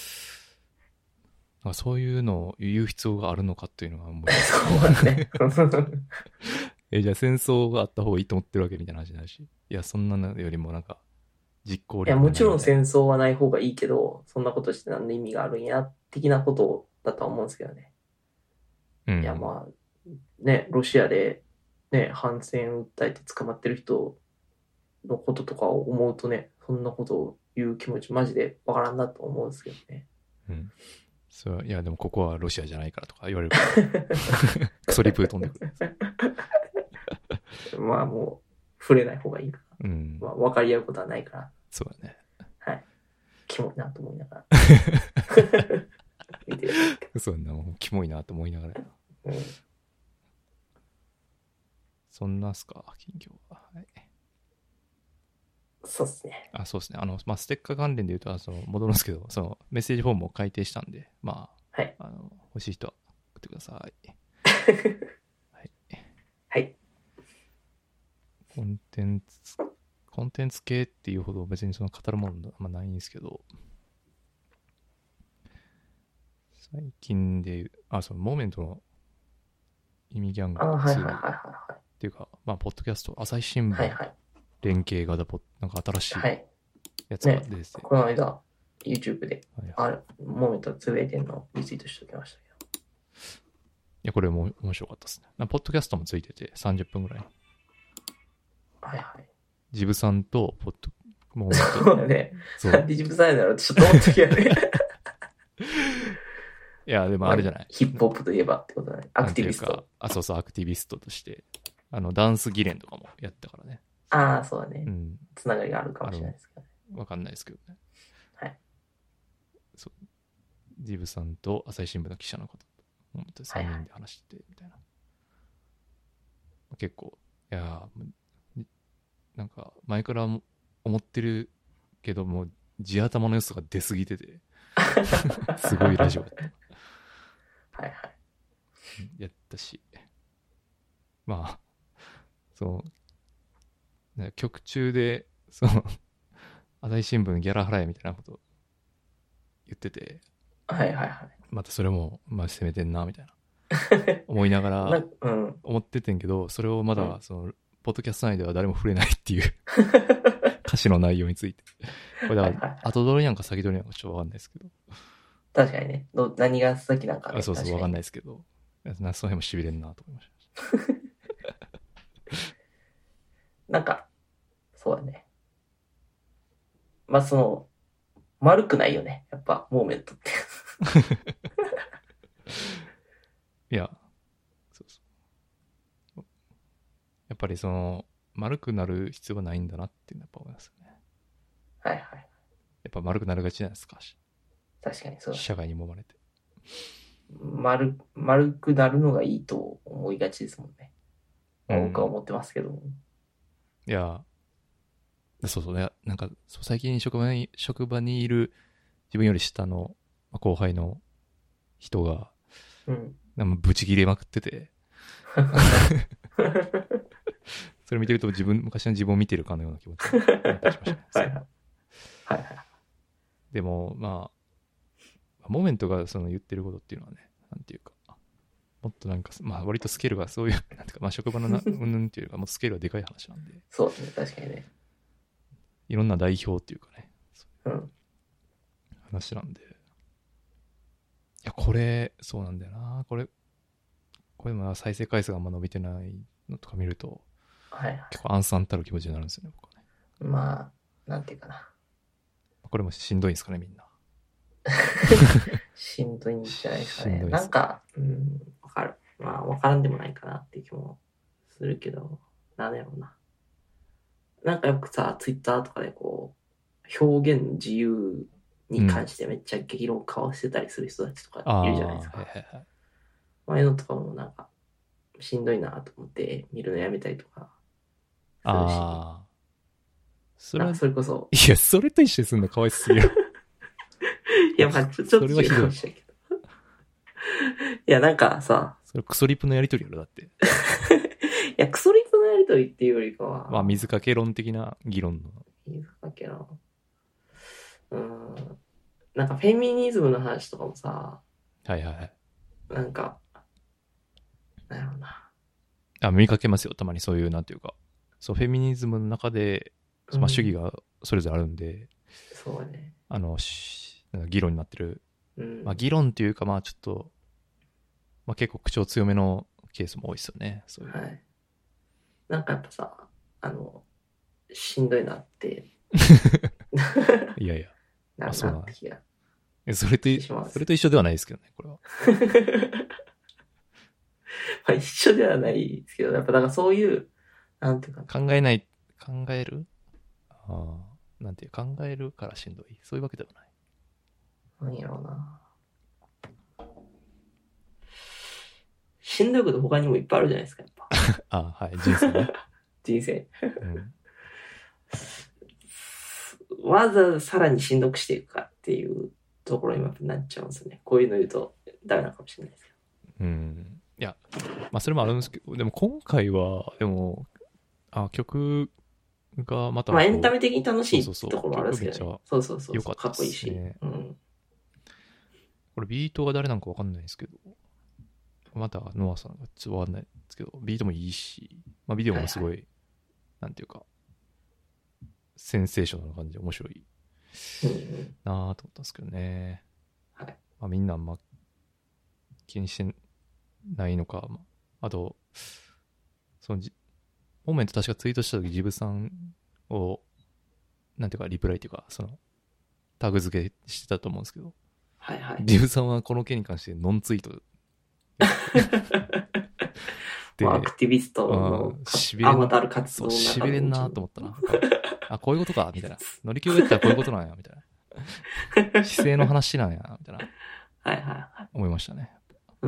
なんかそういうのを言う必要があるのかっていうのが思います。 そうだね。 じゃあ戦争があった方がいいと思ってるわけみたいな話になるし。いや、そんなのよりもなんか、実行力。 いや、もちろん戦争はない方がいいけど、そんなことして何の意味があるんや、的なことだとは思うんですけどね。いや、まあ、ね、ロシアで、ね、反戦を訴えて捕まってる人のこととかを思うとね、そんなことを言う気持ちマジでわからんなと思うんですけどね。 そういやでもここはロシアじゃないからとか言われるからクソリプ飛んでくる。 まあもう触れない方がいいかな。まあ分かり合うことはないから。 そうだね。 はい。キモいなと思いながら。見てる。 そうな、もうキモいなと思いながら。 そんなっすか、近況は。はい。 そうですね。 そうですね。ステッカー関連で言うと、戻るんですけど、メッセージフォームを改定したんで、 はい。 欲しい人は送ってください。はい。 はい。 コンテンツ系っていうほど別に語るものあんまないんですけど、最近で、モーメントの意味ギャング2っていうか、ポッドキャスト、朝日新聞連携型なんか新しいやつが出てて、 ね、この間、YouTube で、モーメントつぶやいてんのリツイートしておきましたけど。 いや、これも面白かったですね。ポッドキャストもついてて、30分ぐらい。 はいはい。 ジブさんと、 モーメント。そうだね。なんでジブさんやだろうってちょっと思ったけどね。 いや、でもあれじゃない。 ヒップホップといえばってことだね。アクティビスト。 そうそう、アクティビストとして、ダンス議連とかもやったからね。 そうだね。つながりがあるかもしれないですけどね。 わかんないですけどね。 はい。 そう。ジブさんと朝日新聞の記者の方と、本当に3人で話してみたいな。結構、いやなんか前から思ってるけども、地頭の良さが出すぎてて、すごいラジオだった。 はいはい。 やったし、曲中で、朝日新聞ギャラ払えみたいなこと言ってて、 はいはいはい。 またそれも、攻めてんな、みたいな。思いながら、思っててんけど、それをまだ、ポッドキャスト内では誰も触れないっていう歌詞の内容について。これだから、後取りなんか先取りなんかちょっとわかんないですけど。 確かにね。何が先なんかね。 そうそう、わかんないですけど。その辺も痺れんなと思いました。 なんか、そうだね。丸くないよね。やっぱ、モーメントって。 いや、そうそう。やっぱり丸くなる必要がないんだなっていうのはやっぱ思いますよね。 はいはい。 やっぱ丸くなるがちじゃないですか。 確かにそうだね。 社会に揉まれて。 丸くなるのがいいと思いがちですもんね。僕は思ってますけども。 いや、そうそうね。なんか、最近職場にいる自分より下の後輩の人が、なんかブチ切れまくってて。それ見てると昔の自分を見てるかのような気持ちになってしましたね。はいはい。でも、モーメントが言ってることっていうのはね、なんていうか、もっとなんか、割とスケールがそういう、なんていうか、職場のうんぬんっていうか、もっとスケールがでかい話なんで。 そうですね、確かにね。 いろんな代表っていうかね、話なんで。いや、これ、そうなんだよな。これも再生回数があんま伸びてないのとか見ると、結構暗算たる気持ちになるんですよね、僕はね。 なんていうかな。 これもしんどいんですかね、みんな。 しんどいんじゃないですかね。なんか、わかる。わからんでもないかなっていう気もするけど、なんだろうな。なんかよくさ、ツイッターとかで表現自由に関してめっちゃ激論交わしてたりする人たちとかいるじゃないですか。ああいうのとかもなんか、しんどいなと思って見るのやめたりとかするし。それこそ。 いや、それと一緒にすんのかわいすぎる。 いや、ちょっと違うかもしれんけど。いや、なんかさ。 それクソリプのやりとりやろ、だって。 いや、クソリプのやりとりっていうよりかは。 水かけ論的な議論の。 水かけ論。なんかフェミニズムの話とかもさ。 はいはいはい。 なんか、なんやろうな。見かけますよ、たまにそういう、なんていうか。フェミニズムの中で、主義がそれぞれあるんで。 そうね。 議論になってる。議論っていうか、ちょっと、結構口調強めのケースも多いですよね。そういう。 はい。なんかやっぱさ、しんどいなって。 いやいや。 なるなって気が。 それと一緒ではないですけどね、これは。 一緒ではないですけど、やっぱそういう、なんていうか。 考えるなんていう、考えるからしんどい。そういうわけではない。 何やろうな。 しんどいこと他にもいっぱいあるじゃないですか、やっぱ。 あ、はい、人生ね。 人生。 うん、 わざわざさらにしんどくしていくかっていうところにやっぱなっちゃうんですよね。こういうの言うとダメなのかもしれないですけうん。いや、まあそれもあるんですけど、でも今回は、でも、曲がまた。 まあエンタメ的に楽しいそうそうそうところもあるんですけどね。そうそうそう。 よかったですね。 かっこいいし。うん。 これビートが誰なんかわかんないですけど、またノアさんがちょっとわかんないですけど、ビートもいいし、まあビデオもすごい、はいはい、なんていうか、センセーショナルな感じで面白いなぁと思ったんですけどね。 はい。 まあみんなあんま気にしてないのか、まあ、あと、そのモーメント確かツイートした時ジブさんを、なんていうかリプライっていうか、その、タグ付けしてたと思うんですけど、 はいはい。 ジブさんはこの件に関してノンツイートで、アクティビストのあまたある活動の中でしびれんなと思ったな。こういうことかみたいな。乗り気をやったらこういうことなんやみたいな。姿勢の話なんやみたいな。 はいはいはい。 思いましたね。 うん。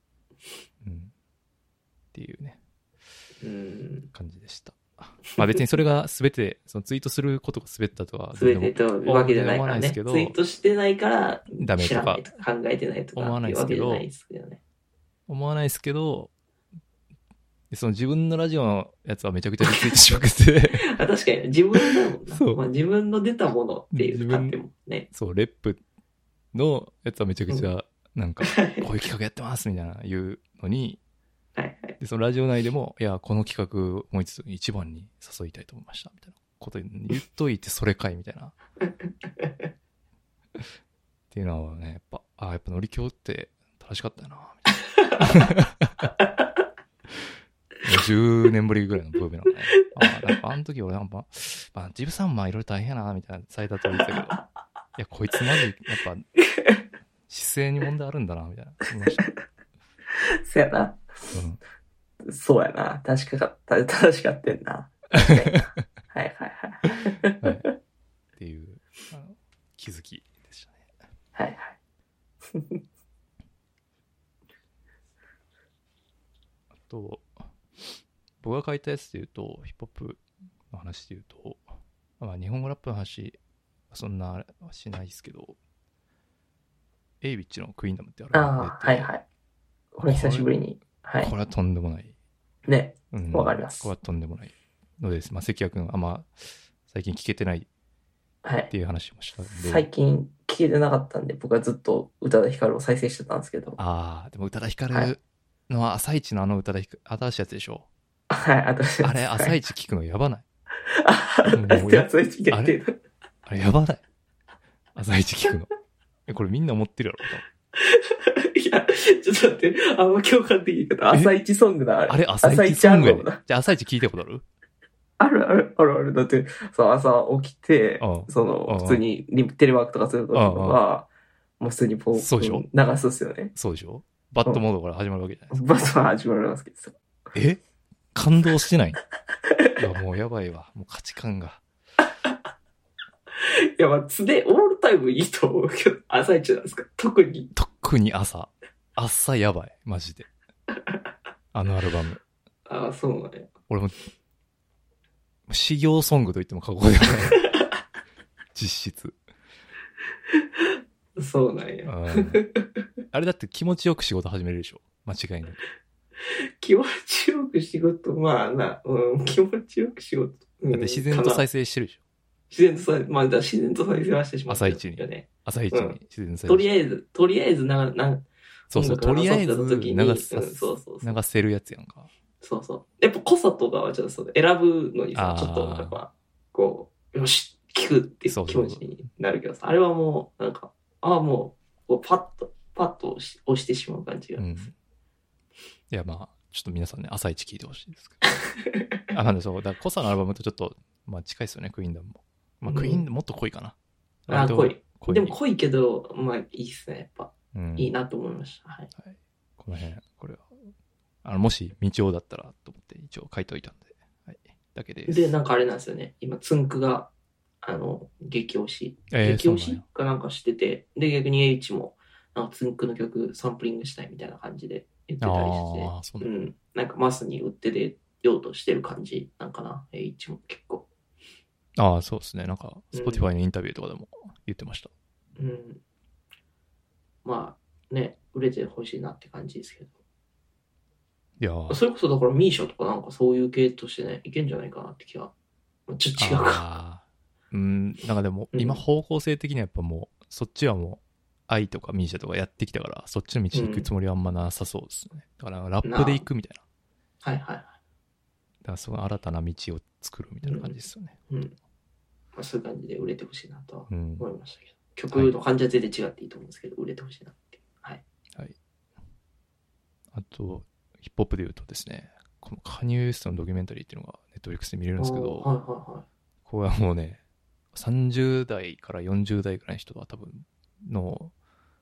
っていうね。感じでした。 まあ別にそれが全て、そのツイートすることが全てだとは全てというわけじゃないからね。ツイートしてないからダメとか考えてないとか思わないですけど、 思わないですけど、その自分のラジオのやつはめちゃくちゃリツイートしまくって確かに自分だもんな。そう、まあ、自分の出たものっていうかってもね。 そう、レップのやつはめちゃくちゃなんか、こういう企画やってますみたいな言うのに、 はいはい、 でそのラジオ内でも、いや、この企画思いつつ一番に誘いたいと思いましたみたいなこと言っといてそれかいみたいなっていうのはね、やっぱ乗り気って正しかったよなみたいな10年ぶりぐらいのブームなのね。なんかあの時俺なんか、ジブさんいろいろ大変やなみたいなサイトと言ってたけど、いやこいつマジやっぱ姿勢に問題あるんだなみたいな思いました。 そうやな。そうやな。正しかったんな。はいはいはい。 っていう気づきでしたね。 はいはい。 あと、僕が書いたやつで言うと、ヒップホップの話で言うと、まあ、日本語ラップの話はそんなはしないですけど、エイビッチのクイーンダムってあるんで。 はいはい。これ久しぶりに。はい。 これはとんでもない。 ね。わかります。 これはとんでもないのです。まあ、関谷君最近聞けてないっていう話もしたんで。 最近聞けてなかったんで、僕はずっと宇多田ヒカルを再生してたんですけど。 でも宇多田ヒカルのは朝一の宇多田ヒカル、新しいやつでしょ。 はい、新しいやつ。 あれ、朝一聞くのやばない？ 朝一聞けてる。 あれやばない？朝一聞くの。これみんな思ってるやろ。 いや、ちょっと待って、あんま共感できなかった。朝一ソングだ。 あれ、朝一ソングやね。じゃあ朝一聞いたことある？ ある。だって、朝起きて、普通にテレワークとかするときとか、もう普通に流すっすよね。 そうでしょ？バッドモードから始まるわけじゃないですか。バッドは始まるわけですよ。 感動してない？いや、もうやばいわ。もう価値観が。 いや、オールタイムいいと思うけど、朝一なんですか？特に朝やばい。マジで。あのアルバム。 そうなんや。 俺も、修行ソングと言っても過言ではない。実質。 そうなんや。 あれだって気持ちよく仕事始めるでしょ？間違いなく。 気持ちよく仕事、気持ちよく仕事。 だって自然と再生してるでしょ？ 自然と再生はしてしまう。 朝一に。自然再生。 とりあえずとりあえず流せるやつやんか。 そうそう。やっぱ濃さとかはちょっと選ぶのにさ、ちょっとやっぱ、よし、聞くっていう気持ちになるけどさ、あれはもう、なんか、もう、パッと押してしまう感じが。 いや、ちょっと皆さんね、朝一聞いてほしいですけど。なんでそう、だから濃さのアルバムとちょっと、近いですよね、クイーンダムも。クイーンダムもっと濃いかな。 濃い。でも濃いけど、いいっすね、やっぱ。いいなと思いました。はい。 この辺、これは。もし、道夫だったらと思って一応書いておいたんで。はい。だけです。 で、なんかあれなんですよね。今、つんくが、激推し。激推しかなんかしてて、で、逆に H も、なんかつんくの曲サンプリングしたいみたいな感じで言ってたりして、 ああ、そうなんだ。 なんかマスに売って出ようとしてる感じなんかな、H も結構。 ああ、そうですね。なんか、Spotify のインタビューとかでも言ってました。 まあ、ね、売れてほしいなって感じですけど。 いやー、 それこそだからミーシャとかなんかそういう系としてね、いけんじゃないかなって気が。ちょっと違うか。 なんかでも、今方向性的にはやっぱもう、そっちはもう、愛とかミーシャとかやってきたから、そっちの道に行くつもりはあんまなさそうですね。だからラップで行くみたいな。 はいはいはい。 だからその新たな道を作るみたいな感じですよね。 まあ、そういう感じで売れてほしいなとは思いましたけど。 曲の感じは全然違っていいと思うんですけど、売れてほしいなって。はい。 はい。あと、ヒップホップで言うとですね、このカニエ・ウエストのドキュメンタリーっていうのがネットフリックスで見れるんですけど、これはもうね、30代から40代くらいの人は多分の、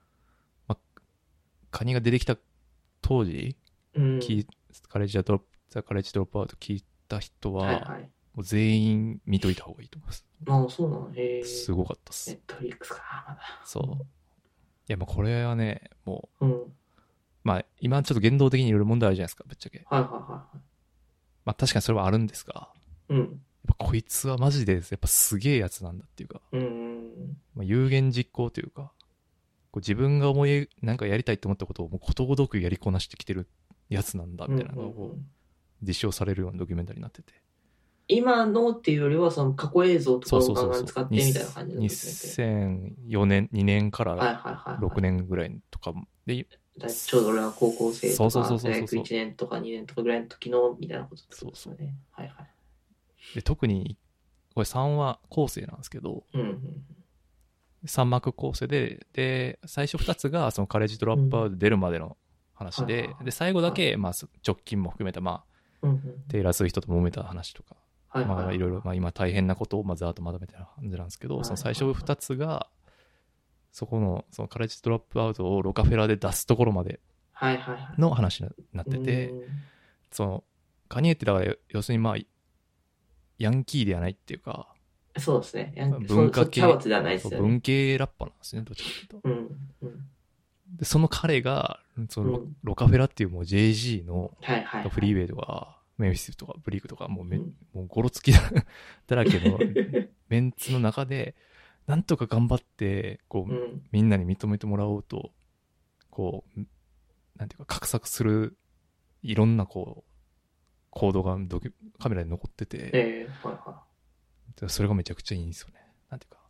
カニが出てきた当時、カレッジドロップアウト聞いた人は、もう全員見といた方がいいと思います。 ああ、そうなの。 すごかったっす。 ネットフリックスかな、まだ。 そう。いや、もうこれはね、もう、まあ、今ちょっと言動的にいろいろ問題あるじゃないですか、ぶっちゃけ。 はいはいはい。 まあ、確かにそれはあるんですが、やっぱこいつはマジで、やっぱすげえやつなんだっていうか、まあ、有言実行というか、こう自分がなんかやりたいと思ったことをもうことごとくやりこなしてきてるやつなんだみたいなのを実証されるようなドキュメンタリーになってて。 今のっていうよりはその過去映像とかをガンガン使ってみたいな感じの 2004年、2年から6年ぐらいとかで、 ちょうど俺は高校生とか大学1年とか2年とかぐらいの時のみたいなことですね。そうね。はいはい。 で特にこれ3話構成なんですけど、3幕構成で最初2つがそのカレッジドロップアウト出るまでの話で、で最後だけまあ直近も含めたまあテイラー・スウィフトと揉めた話とか、まあいろいろまあ今大変なことをまずあとまとめた感じなんですけど、その最初2つがそのカレッジドロップアウトをロカフェラで出すところまでの話になってて、そのカニエってだから要するにまあヤンキーではないっていうか、 そうですね。 文化系、 文系ラッパーなんですね、どっちかというと。でその彼がそのロカフェラっていうもう JG のフリーウェイとかメンフィスとかブリークとかもうゴロつきだらけのメンツの中でなんとか頑張ってこう、みんなに認めてもらおうとこうなんていうか画策するいろんなこう行動がカメラに残ってて、それがめちゃくちゃいいんですよね。なんていうか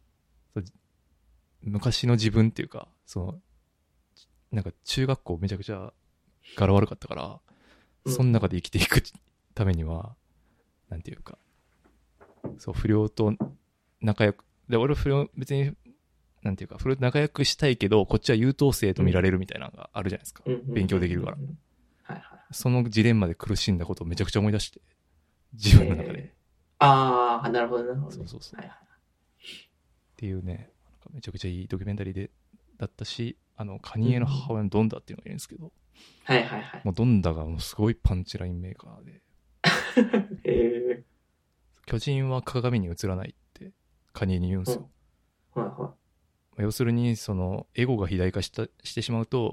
昔の自分っていうかなんか中学校めちゃくちゃ柄悪かったから、その中で生きていくためにはなんていうかそう不良と仲良くで俺不良別になんていうか不良と仲良くしたいけどこっちは優等生と見られるみたいなのがあるじゃないですか、勉強できるから、そのジレンマで苦しんだことをめちゃくちゃ思い出して自分の中で、 ああなるほどなるほど、 そう、っていうねめちゃくちゃいいドキュメンタリーだったし、カニエの母親のドンダっていうのがいるんですけど、もうドンダがもうすごいパンチラインメーカーで巨人は鏡に映らないってカニエに言うんですよ、要するにそのエゴが肥大化してしまうと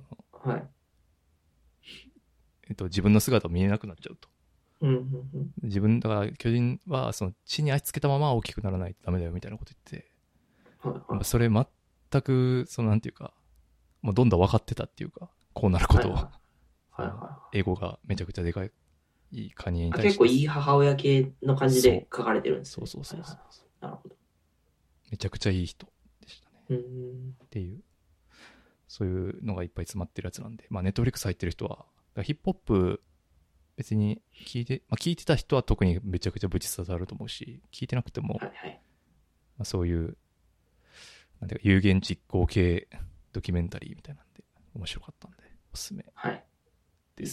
自分の姿を見えなくなっちゃうと、自分だから巨人はその地に足つけたまま大きくならないとダメだよみたいなこと言って、それ全くそのなんていうかもうどんどん分かってたっていうかこうなることを、エゴがめちゃくちゃでかいカニエに対して結構いい母親系の感じで書かれてるんですね。 そうなるほど。 めちゃくちゃいい人でしたね。っていうそういうのがいっぱい詰まってるやつなんで、まあネットフリックス入ってる人はヒップホップ別に聞いてた人は特にめちゃくちゃぶち刺さると思うし、聞いてなくても、まあ、そういうなんていうか有言実行系ドキュメンタリーみたいなんで面白かったんでおすすめです。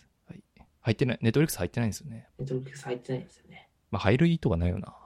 入ってない、ネットフリックス入ってないんですよね。 ネットフリックス入ってないんですよね。 まあ入る意図がないよな。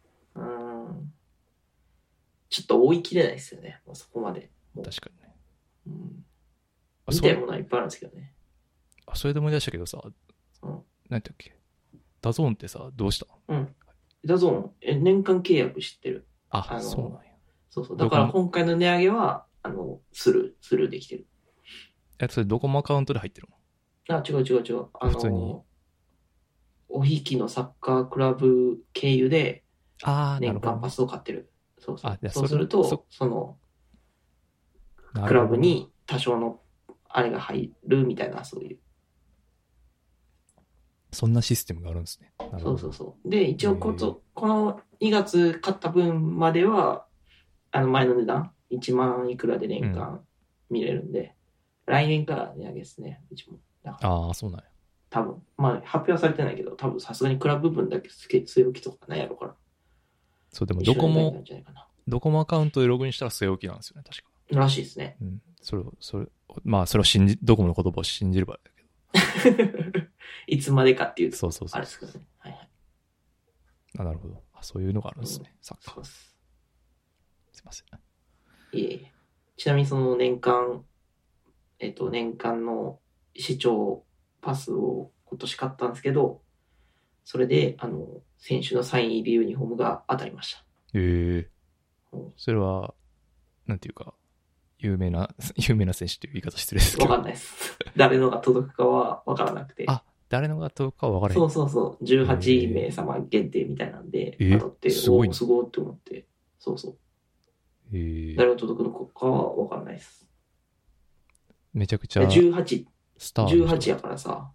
ちょっと追い切れないですよね。もうそこまで。 確かにね。 見たいものはいっぱいあるんですけどね。 それで思い出したけどさ、なんていうっけ、ダゾーンってさどうした？ ダゾーン年間契約知ってる。 そうなんや。 そうだから今回の値上げはスルーできてる。 それドコモアカウントで入ってるの？ あ、違う。 普通に。 おひきのサッカークラブ経由で、 ああ、 年間パスを買ってる。そうすると、クラブに多少のあれが入るみたいな、そういう。 そんなシステムがあるんですね。 そう。で、一応この2月買った分までは、前の値段、1万いくらで年間見れるんで、来年から値上げですね、うちも。 ああ、そうなんや。 多分。まあ、発表はされてないけど、多分さすがにクラブ分だけ据え置きとかないやろから。 そう、でもどこもアカウントでログインしたら据え置きなんですよね、確か。 らしいですね。 うん。まあ、それをドコモの言葉を信じればだけど。 いつまでかっていう。 そう。 あれですかね。はい。 あ、なるほど。そういうのがあるんですね、サッカー。すいません。 いえ。ちなみにその年間の視聴パスを今年買ったんですけど、それで、選手のサイン入りユニフォームが当たりました。それは、なんていうか、有名な選手っていう言い方失礼ですけど。 わかんないです。誰のが届くかはわからなくて。 あ、誰のが届くかはわからない。 そう。18名様限定みたいなんで、当たって、 すごい。 すごいって思って。そう。誰が届くのかはわからないです。 めちゃくちゃ。 18やからさ、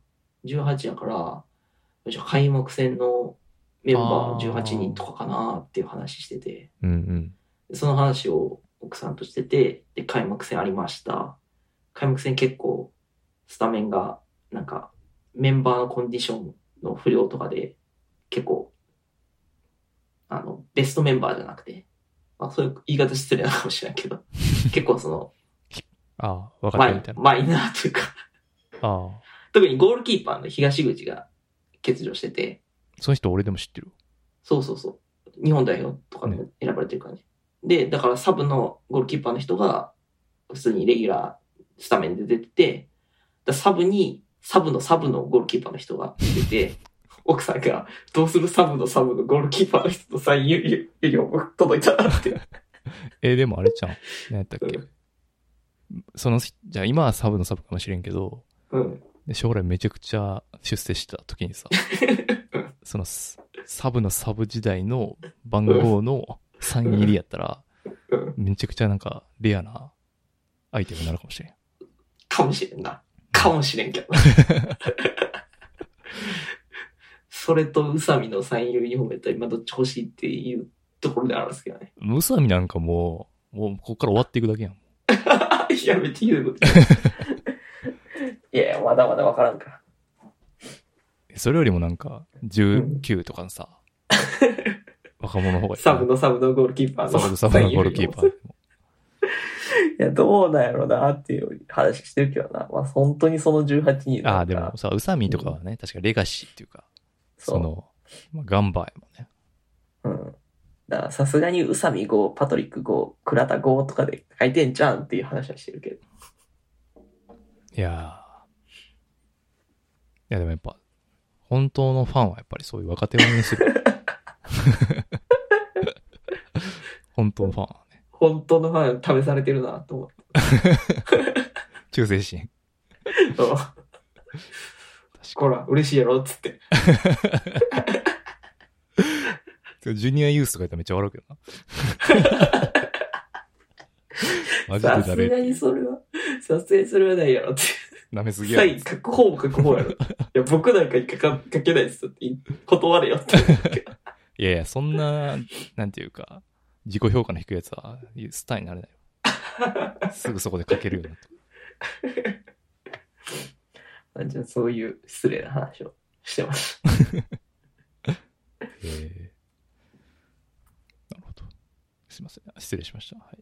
開幕戦のメンバー18人とかかなっていう話してて、その話を奥さんとしてて、で、開幕戦ありました。開幕戦結構、スタメンが、なんか、メンバーのコンディションの不良とかで、結構、ベストメンバーじゃなくて、まあ、そういう言い方失礼なのかもしれないけど、結構分かったみたいな。 マイナーというか特にゴールキーパーの東口が欠場してて。 その人俺でも知ってる。 そう。日本代表とかでも選ばれてるからね。で、だからサブのゴールキーパーの人が、普通にレギュラー、スタメンで出てて、サブのゴールキーパーの人が出て、奥さんが、どうするサブのゴールキーパーの人とサインユニフォーム届いたなって。 でもあれちゃん。何やったっけ、じゃあ今はサブのサブかもしれんけど、で将来めちゃくちゃ出世した時にさ、そのサブのサブ時代の番号のサイン入りやったら、めちゃくちゃなんかレアなアイテムになるかもしれん。 かもしれんな。かもしれんけど。それと宇佐美のサインユニフォームやったら今どっち欲しいっていうところであるんですけどね。 宇佐美なんかもうここから終わっていくだけやん。 いや、めっちゃひどいこといや、まだまだわからんから。 それよりもなんか、19とかのさ、若者の方がいい。 サブのゴールキーパーの。 サブのゴールキーパー。 いや、どうなんやろうなっていう話してるけどな。まあ、本当にその18人ああ、でもさ、宇佐美とかはね、確かレガシーっていうか、ガンバーやもんね。だからさすがに宇佐美5、パトリック5、倉田5とかで書いてんじゃんっていう話はしてるけど。 いやでもやっぱ、本当のファンはやっぱりそういう若手を応援する。本当のファンはね。 本当のファン試されてるなと思って。 忠誠心。 そう。ほら、嬉しいやろっつって。 ジュニアユースとか言ったらめっちゃ笑うけどな。マジでさすがにそれはないやろって。 舐めすぎやろ。 サイン書く方も書く方やろ。いや、僕なんか書けないですって断れよって。 いや、そんな、なんていうか、自己評価の低いやつはスターになれないよ。すぐそこで書けるようになった。 じゃあそういう失礼な話をしてます。 なるほど。すいません。失礼しました。はい。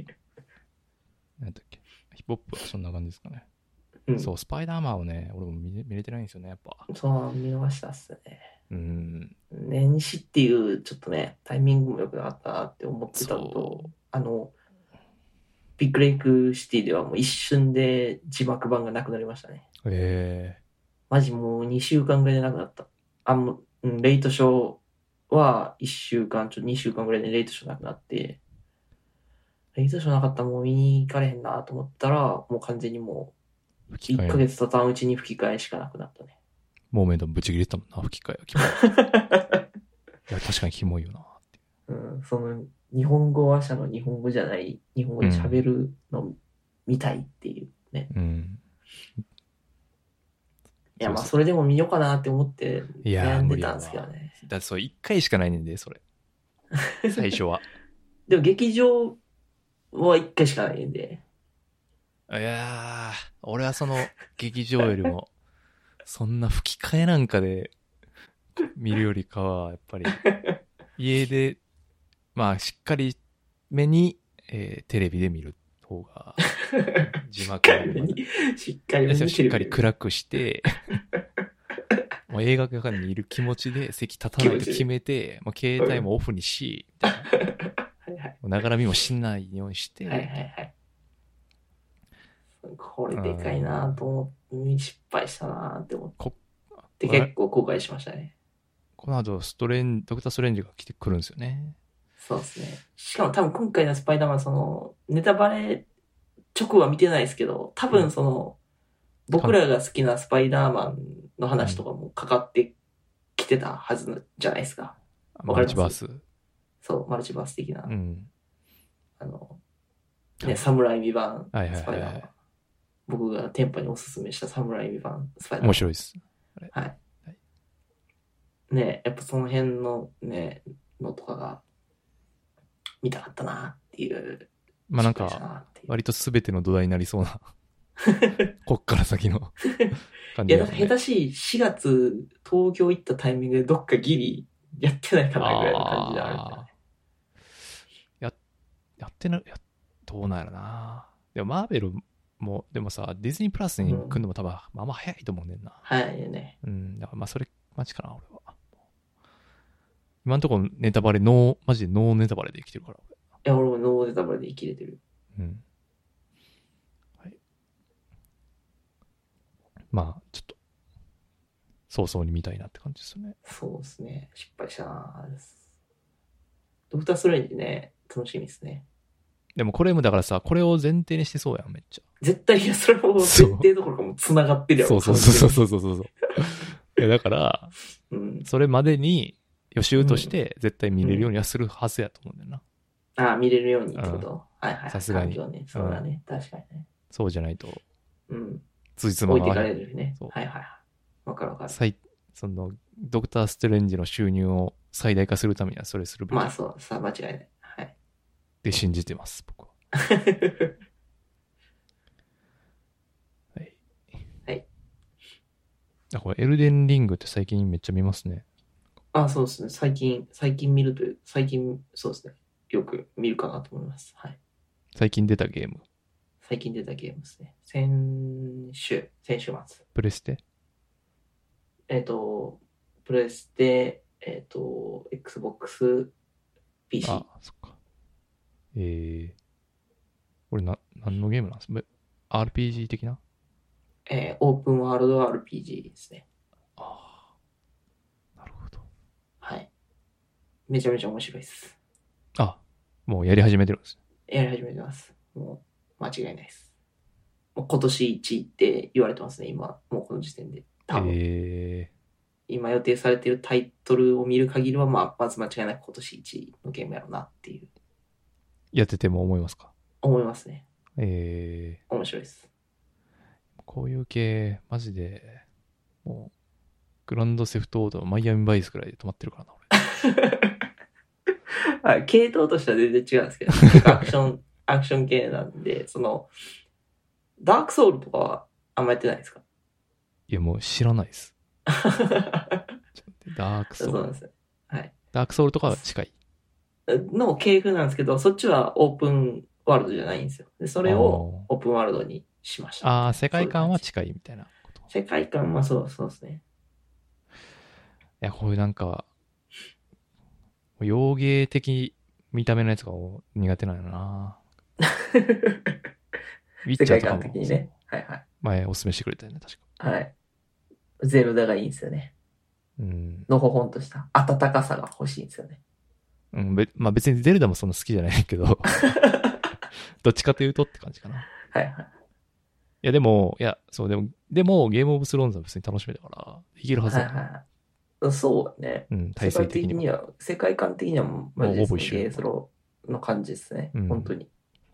なんだっけ。ヒップホップはそんな感じですかね。そう、スパイダーマンをね、俺も見れてないんですよね、やっぱ。 そう、見逃したっすね。年始っていうちょっとね、タイミングも良くなかったなって思ってたのと、ビッグレイクシティではもう一瞬で字幕版がなくなりましたね。マジもう2週間ぐらいでなくなった。レイトショーは1週間、2週間ぐらいでレイトショーなくなって、レイトショーなかったらもう見に行かれへんなと思ったら、もう完全にもう 1ヶ月経たんうちに吹き替えしかなくなったね。 モーメントもブチ切れてたもんな、吹き替えはキモい。いや、確かにキモいよなって。 うん、その、日本語話者の日本語じゃない、日本語で喋るの見たいっていうね。 うん。 いや、まあ、それでも見ようかなって思って悩んでたんですけどね。 だってそれ1回しかないねんで、それ。最初は。 でも劇場は1回しかないんで。 いやー、俺はその劇場よりも、そんな吹き替えなんかで見るよりかは、やっぱり、家で、まあ、しっかりめに、テレビで見る方が、字幕しっかりめにしっかり暗くして、もう映画館にいる気持ちで席立たないと決めて、もう携帯もオフにし、みたいな。はいはい、ながら見もしないようにして、 はいはいはい。これでかいなと思って、失敗したなって思って。結構後悔しましたね。 この後、ドクター・ストレンジが来てくるんですよね。 そうですね。しかも多分今回のスパイダーマン、その、ネタバレ直後は見てないですけど、多分その、僕らが好きなスパイダーマンの話とかもかかってきてたはずじゃないですか。 マルチバース。 そう、マルチバース的な。 うん。 ね、サムライミ版スパイダーマン。 僕がテンパにおすすめしたサムライミ版スパイダーマン。 面白いです。 はい。ね、やっぱその辺のね、のとかが見たかったなっていう。 まあなんか、割と全ての土台になりそうな。こっから先の感じ、ね。 いや、だから下手しい4月東京行ったタイミングでどっかギリやってないかなぐらいの感じであるんだよね。 やってない、どうなんやろな。でもマーベルも、でもさ、ディズニープラスに来るのも多分、まあまあ早いと思うねんな。 早いよね。 うん、だからまあそれ待ちかな、俺は。今のところネタバレ、マジでノーネタバレで生きてるから。いや、俺もノーネタバレで生きれてる。 うん。はい。まあ、ちょっと、早々に見たいなって感じですよね。 そうですね。失敗したなドクターストレンジね、楽しみですね。 でもこれもだからさ、これを前提にしてそうやん、めっちゃ。 絶対、いや、それも前提どころかも繋がってるやろ。 そう。いや、だから、うん、それまでに予習として絶対見れるようにはするはずやと思うんだよな。 ああ、見れるようにってこと、はいはい。 さすがに。 ね、そうだね、確かにね。 そうじゃないと。 うん。 ついつま置いてかれるね。はいはいはい。わかるわかる。 その、ドクター・ストレンジの収入を最大化するためにはそれするべき。 まあそう、さあ間違いない。はい。 で信じてます、僕は。はい。 はい。 これエルデンリングって最近めっちゃ見ますね。 あ、そうですね。最近見るという、そうですね。よく見るかなと思います。はい。 最近出たゲーム。 最近出たゲームですね。先週末。 プレステ？ プレステ、Xbox、PC。 あ、そっか。これ何のゲームなんですか？ RPG 的な？ オープンワールド RPG ですね。 ああ。なるほど。 はい。めちゃめちゃ面白いです。 あ、もうやり始めてるんですね。 やり始めてます。もう間違いないです。もう今年1って言われてますね、今。もうこの時点で。多分。今予定されているタイトルを見る限りは、まず間違いなく今年1のゲームやろうなっていう。 やってても思いますか？ 思いますね。面白いです。 こういう系、マジで、もう、グランドセフトオート、マイアミバイスくらいで止まってるからな、 俺。はい、系統としては全然違うんですけど、アクション系なんで、その、ダークソウルとかはあんまやってないですか？ いや、もう知らないです。ダークソウル。 そうなんですよ。はい。 ダークソウルとかは近いの系譜なんですけど、そっちはオープンワールドじゃないんですよ。で、それをオープンワールドにしました。 ああ、世界観は近いみたいなこと。 世界観はそうですね。 いや、こういうなんか、洋芸的見た目のやつが苦手なんやな。 ウィッチャーとかも世界観的にね。はいはい。 前おすすめしてくれたよね、確か。はい。ゼルダがいいんですよね。 うん。 のほほんとした温かさが欲しいんですよね。 うん、まあ別にゼルダもそんな好きじゃないけど、どっちかというとって感じかな。 はいはい。 やでも、そう、でもゲームオブスローンズは別に楽しめたから、いけるはずだ。 はいはい。そうね。 うん、体制的には。 世界観的にはマジでゲースローの感じですね。 うん、 本当に。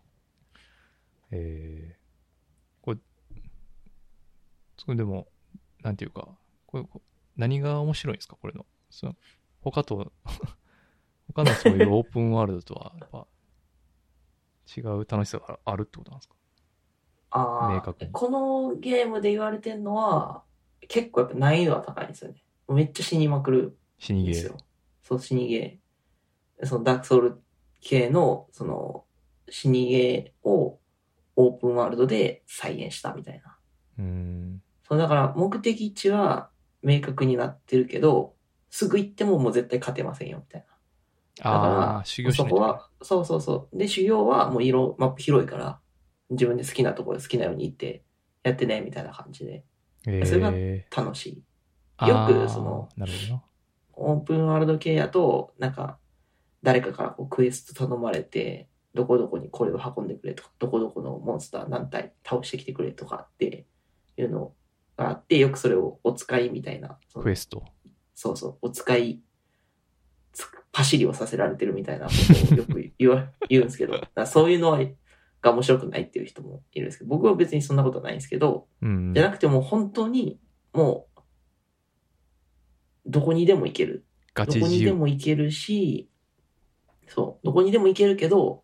これでも、なんていうか、何が面白いんですかこれの。他のそういうオープンワールドとは、やっぱ、違う楽しさがあるってことなんですか？明確に。 このゲームで言われてるのは、結構やっぱ難易度は高いんですよね。めっちゃ死にまくるんですよ。そう、死にゲー。そのダークソウル系の、その、死にゲーをオープンワールドで再現したみたいな。そう、だから目的地は明確になってるけど、すぐ行ってももう絶対勝てませんよ、みたいな。だから、 修行しないとそこは、そう。で、修行はもうマップ広いから、自分で好きなところで好きなように行って、やってね、みたいな感じで。それが楽しい。よく、 なるほどな。 オープンワールド系やと、なんか、誰かからこうクエスト頼まれて、どこどこにこれを運んでくれとか、どこどこのモンスター何体倒してきてくれとかっていうのがあって、よくそれをお使いみたいな。 クエスト。 そう、お使い、パシリをさせられてるみたいなことをよく言うんですけど、そういうのが面白くないっていう人もいるんですけど、僕は別にそんなことないんですけど、じゃなくてもう本当に、もう、どこにでも行ける。どこにでも行けるし、そう、どこにでも行けるけど、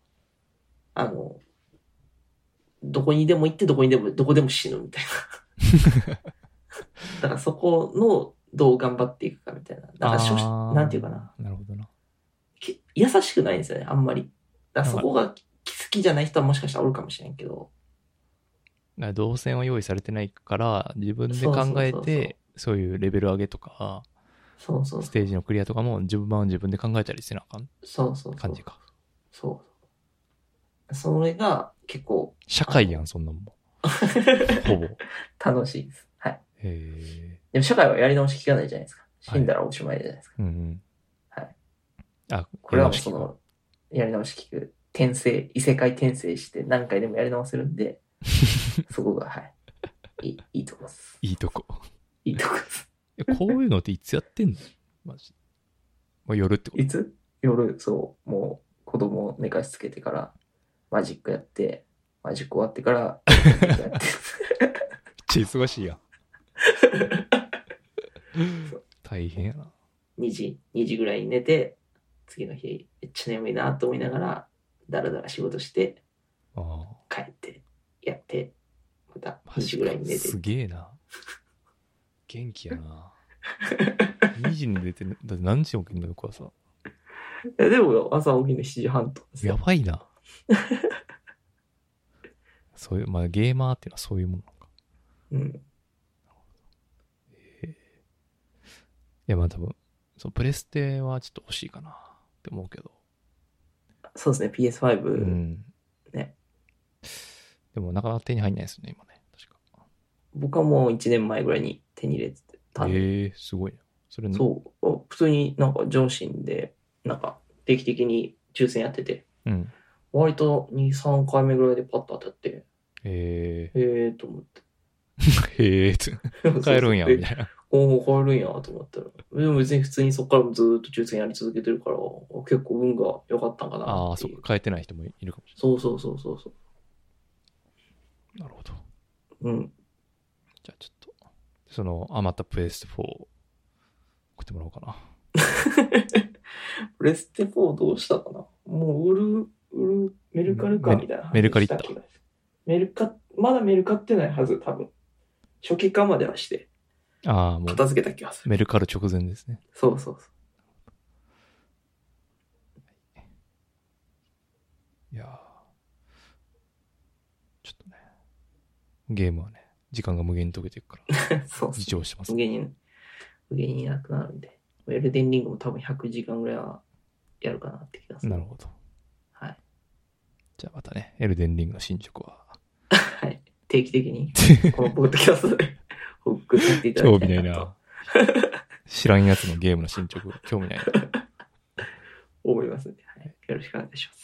どこにでも行ってどこでも死ぬみたいな。だからそこのどう頑張っていくかみたいな。だからなんていうかな。 なるほどな。 優しくないんですよね、あんまり。だからそこが好きじゃない人はもしかしたらおるかもしれんけど。 動線は用意されてないから、自分で考えて、そういうレベル上げとか、ステージのクリアとかも自分で考えたりせなあかん感じか。 そう。それが結構。 社会やん、そんなもん。ほぼ。 楽しいです。はい。でも社会はやり直し聞かないじゃないですか。死んだらおしまいじゃないですか。はい。これはもうやり直し聞く。異世界転生して何回でもやり直せるんで、そこが、はい。いいとこです。 いいとこです。 こういうのっていつやってんのマジで。夜ってこと？ いつ？夜、そう。もう子供を寝かしつけてからマジックやって、マジック終わってからやって。めっちゃ忙しいやん。大変やな。 2時ぐらいに寝て、次の日めっちゃ眠いなと思いながら、だらだら仕事して、帰って、やって、また2時ぐらいに寝て。 すげえな。元気やな。2時に寝て、だって何時起きるのよ、朝。 いや、でも朝起きるの7時半とか。 やばいな。そういう、ゲーマーっていうのはそういうものなのか。 うん。 いや、多分、プレステはちょっと欲しいかなって思うけど。 そうですね、PS5。 うん。ね。でも、なかなか手に入んないですよね、今ね。確か。 僕はもう1年前ぐらいに手に入れてたんで。 すごいね。 そう。普通になんか上心で、なんか定期的に抽選やってて。割と2、3回目ぐらいでパッと当たって。と思って。 買えるんや、みたいな。 買えるんや、と思ったら。でも別に普通にそこからずっと抽選やり続けてるから、結構運が良かったんかな。 そうか。買えてない人もいるかもしれない。そう。 なるほど。 うん。 じゃあちょっと、その余ったプレステ4送ってもらおうかな。 プレステ4どうしたかな。もうメルカリかみたいな。 メルカリ行った。 まだメルカってないはず、多分。初期化まではして。 もう。 片付けた気がする。 メルカリ直前ですね。 そう。 いやちょっとね。ゲームはね、時間が無限に解けていくから。 そう。 自重してます。 無限になくなるんで。エルデンリングも多分100時間ぐらいはやるかなって気がする。 なるほど。 はい。 じゃあまたね、エルデンリングの進捗は。 はい。定期的に、このポッドキャストで報告させていただきたいなと。 興味ないな。知らんやつのゲームの進捗、興味ないな。 思いますね。はい。よろしくお願いします。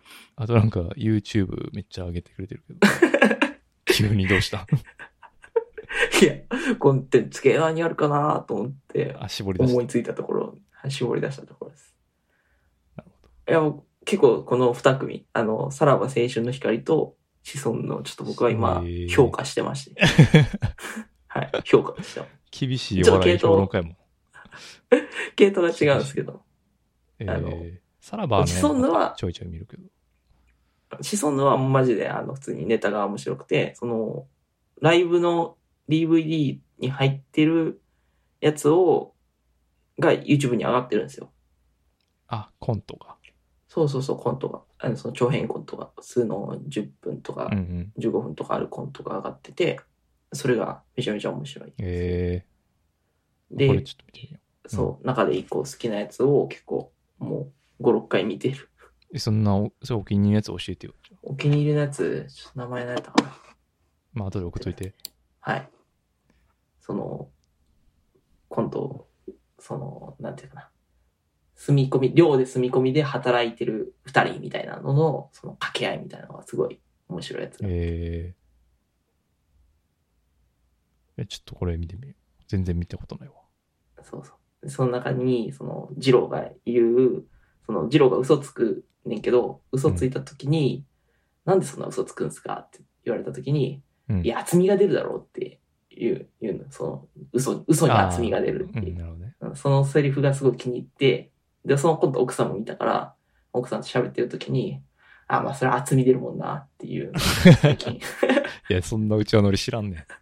あとなんか YouTube めっちゃ上げてくれてるけど。 急にどうしたいや、コンテンツ系何あるかなと思って、 絞り出した。 思いついたところ、絞り出したところです。なるほど。いや、結構この2組、さらば青春の光と子孫のちょっと僕は今、評価してまして。はい、評価してます。 厳しいお笑い評論家も。 系統が違うんですけど。 さらばはね、 子孫のはちょいちょい見るけど。 子孫のはマジで普通にネタが面白くて、ライブの DVD に入ってるやつが YouTube に上がってるんですよ。 コントが。 そう、コントが。その長編コントが、数の10分とか、15分とかあるコントが上がってて、それがめちゃめちゃ面白い。 で、 これちょっと見てみよう。そう、中で一個好きなやつを結構、もう5、6回見てる。 それお気に入りのやつ教えてよ。 お気に入りのやつ、ちょっと名前何やったかな。 まあ、後で送っといて。 はい。コント、なんていうかな。寮で住み込みで働いてる二人みたいなのの、掛け合いみたいなのがすごい面白いやつ。 ちょっとこれ見てみよう。全然見たことないわ。 そう。その中に、二郎が言う、二郎が嘘つくねんけど、嘘ついた時に、なんでそんな嘘つくんすかって言われた時に、いや、厚みが出るだろうって言うの。嘘に厚みが出るっていう。 なるほどね。 そのセリフがすごい気に入って、で、その今度奥さんも見たから、奥さんと喋ってる時に、まあそれ厚み出るもんなっていう。 いや、そんなうちわ乗り知らんねん。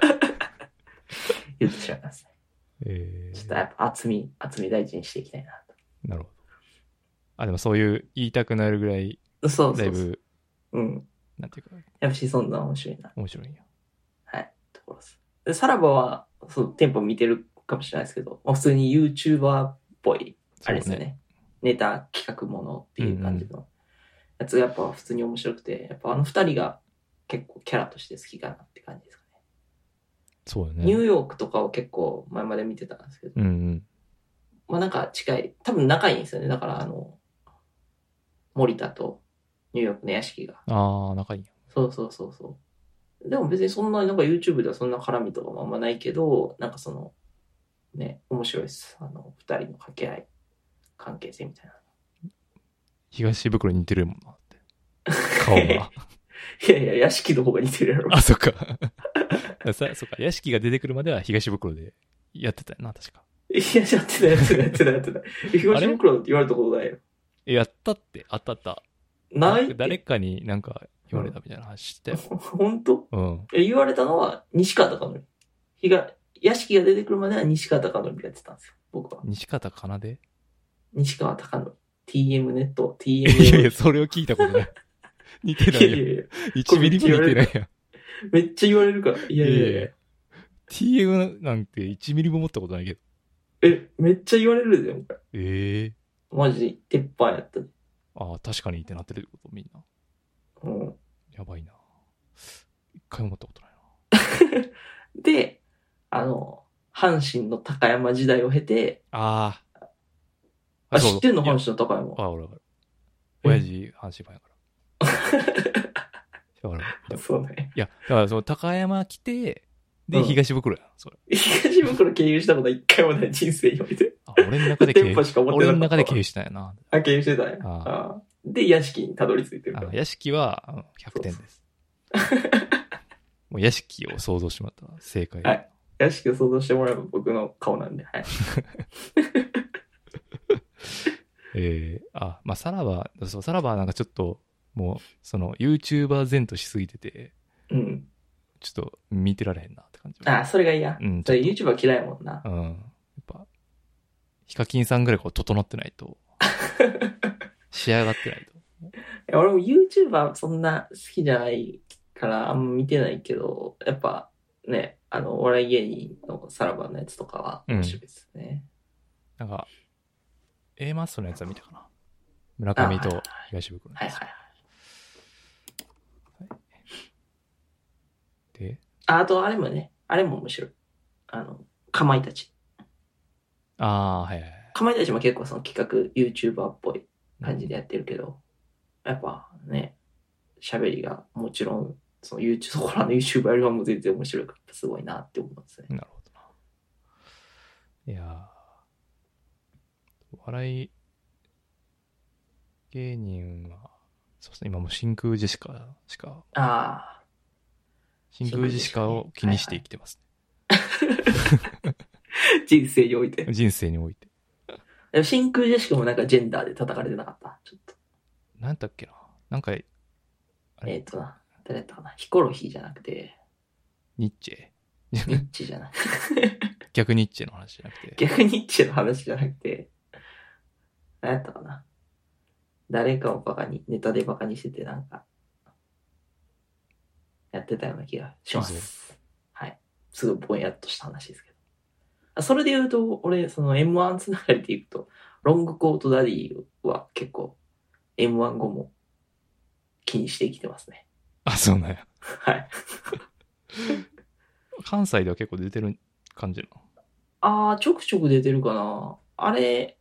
言ってしまいますね。ちょっとやっぱ厚み大事にしていきたいなと。 なるほど。でもそういう言いたくなるぐらい、だいぶ、なんていうか。 やっぱしそんな面白いな。 面白いんや。 はい。ところです。で、さらばは、テンポ見てるかもしれないですけど、普通に YouTuber っぽい、あれですよね。ネタ企画ものっていう感じのやつがやっぱ普通に面白くて、やっぱ二人が結構キャラとして好きかなって感じですかね。 そうよね。 ニューヨークとかを結構前まで見てたんですけど、まあなんか近い、多分仲いいんですよね。だから森田とニューヨークの屋敷が。 仲いいんや。 そう。でも別にそんなになんか YouTube ではそんな絡みとかもあんまないけど、なんかね、面白いです。二人の掛け合い、関係性みたいな。 東袋に似てるもんなって。顔が。いや、屋敷の方が似てるやろ。 そっか。そっか、屋敷が出てくるまでは東袋でやってたよな、確か。 いや、やってない。東袋って言われたことないよ。 やったって、あった。 ないって誰かになんか言われたみたいな話して。 本当？言われたのは西川貴教。屋敷が出てくるまでは西川貴教がやってたんですよ、僕は。 西川貴教？ 西川貴教。TM ネット、 TM。いや、それを聞いたことない。似てないよ。1ミリも似てないやん。 めっちゃ言われるから。いや。 TM なんて1ミリも持ったことないけど。 めっちゃ言われるで、これ。 マジ、鉄板やった。 確かにってなってることみんな。やばいな。一回も持ったことないな。 で、阪神の高山時代を経て、知ってんの阪神の高山。 俺。親父、阪神ファンやから。 そうね。 いや、だから高山来て、で、東袋やん、それ。 東袋経由したことは一回もない人生において。 俺の中で経由したんやな。 経由してたんや。で、屋敷にたどり着いてるから。 屋敷は100点です。もう屋敷を想像してもらったら正解。 はい。屋敷を想像してもらえば僕の顔なんで、はい。 まあ、さらばはなんかちょっと、もう、YouTuber 前としすぎてて、ちょっと見てられへんなって感じ。 それが嫌。それ YouTuber 嫌いもんな。 やっぱ、ヒカキンさんぐらい整ってないと、仕上がってないと。俺も YouTuber そんな好きじゃないからあんま見てないけど、やっぱね、お笑い芸人のさらばのやつとかは面白いですね。 なんか、A マッソのやつは見たかな。村上と東袋のやつ。で、 あとあれも面白い。かまいたち。かまいたちも結構その企画 YouTuber っぽい感じでやってるけど、やっぱね、喋りがもちろんその YouTube、そこらの YouTuber よりはもう全然面白いから、すごいなって思うんですね。 なるほどな。いやー、笑い芸人は、そうですね、今もう真空ジェシカしか、真空ジェシカを気にして生きてますね。人生において。 人生において。 真空ジェシカもなんかジェンダーで叩かれてなかった。ちょっと。 なんだっけな。なんか、 誰やったかな。ヒコロヒーじゃなくて。 ニッチェニッチじゃない。 逆ニッチェの話じゃなくて。 逆ニッチェの話じゃなくて。何やったかな。誰かをバカに、ネタでバカにしててなんか、やってたような気がします。はい。すごいぼんやっとした話ですけど。それで言うと、俺、その M1 つながりでいくと、ロングコートダディは結構 M1 後も気にしてきてますね。 あ、そうなんや。 はい。 関西では結構出てる感じなの？ちょくちょく出てるかな。あれ、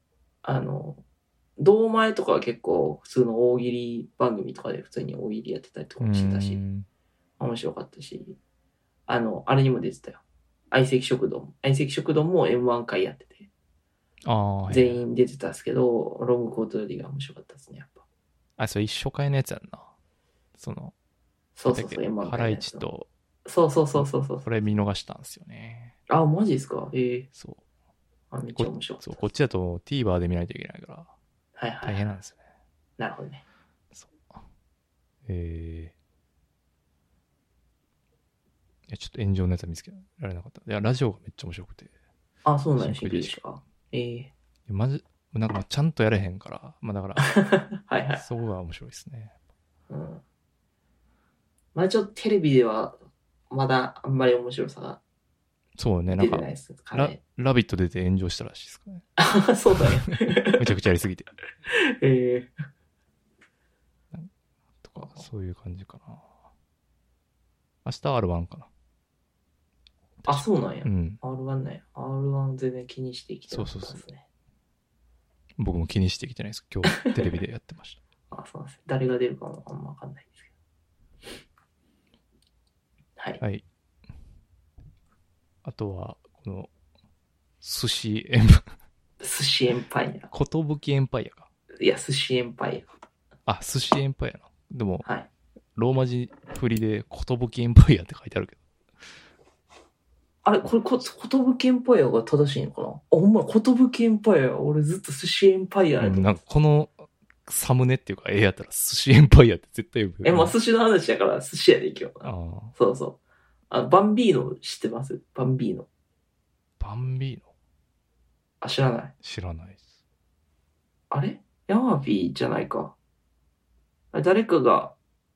堂前とかは結構普通の大喜利番組とかで普通に大喜利やってたりとかもしてたし、面白かったし、あれにも出てたよ。相席食堂も M1 回やってて、全員出てたんですけど、ロングコートダディが面白かったですね、やっぱ。 それ一緒回のやつやんな。 そう、 M1 ハライチと、 そう。 これ見逃したんですよね。 マジですか？ そう。 めっちゃ面白かった。 こっちだと TVer で見ないといけないから、大変なんですよね。 なるほどね。 そう。いや、ちょっと炎上のやつは見つけられなかった。いや、ラジオがめっちゃ面白くて。 そうなんや、真空ジェシカ。 マジ、なんかちゃんとやれへんから、だから、そこが面白いですね。 ちょっとテレビでは、まだあんまり面白さが。 そうね、なんか、ラビット出て炎上したらしいですかね。 そうだね。 めちゃくちゃやりすぎて。とか、そういう感じかな。明日 R1 かな。 そうなんや。R1 ね。R1 全然気にしてきてなかったですね。そう。 僕も気にしてきてないです。今日テレビでやってました。 そうなんです。誰が出るかもあんま分かんないですけど。はい。 あとは、この、寿司エンパイア。 寿エンパイアか。 いや、寿司エンパイア。寿司エンパイアな。でも、 はい、 ローマ字振りで寿エンパイアって書いてあるけど。 これ、寿エンパイアが正しいのかな？ほんま、寿エンパイア。俺ずっと寿司エンパイアやと。 なんかこのサムネっていうか、やったら寿司エンパイアって絶対呼ぶ。 寿司の話だから寿司屋で行けよな。そう。バンビーノ知ってます？バンビーノ。 バンビーノ？ 知らない？ 知らないです。 あれ？ヤマビーじゃないか。誰かが、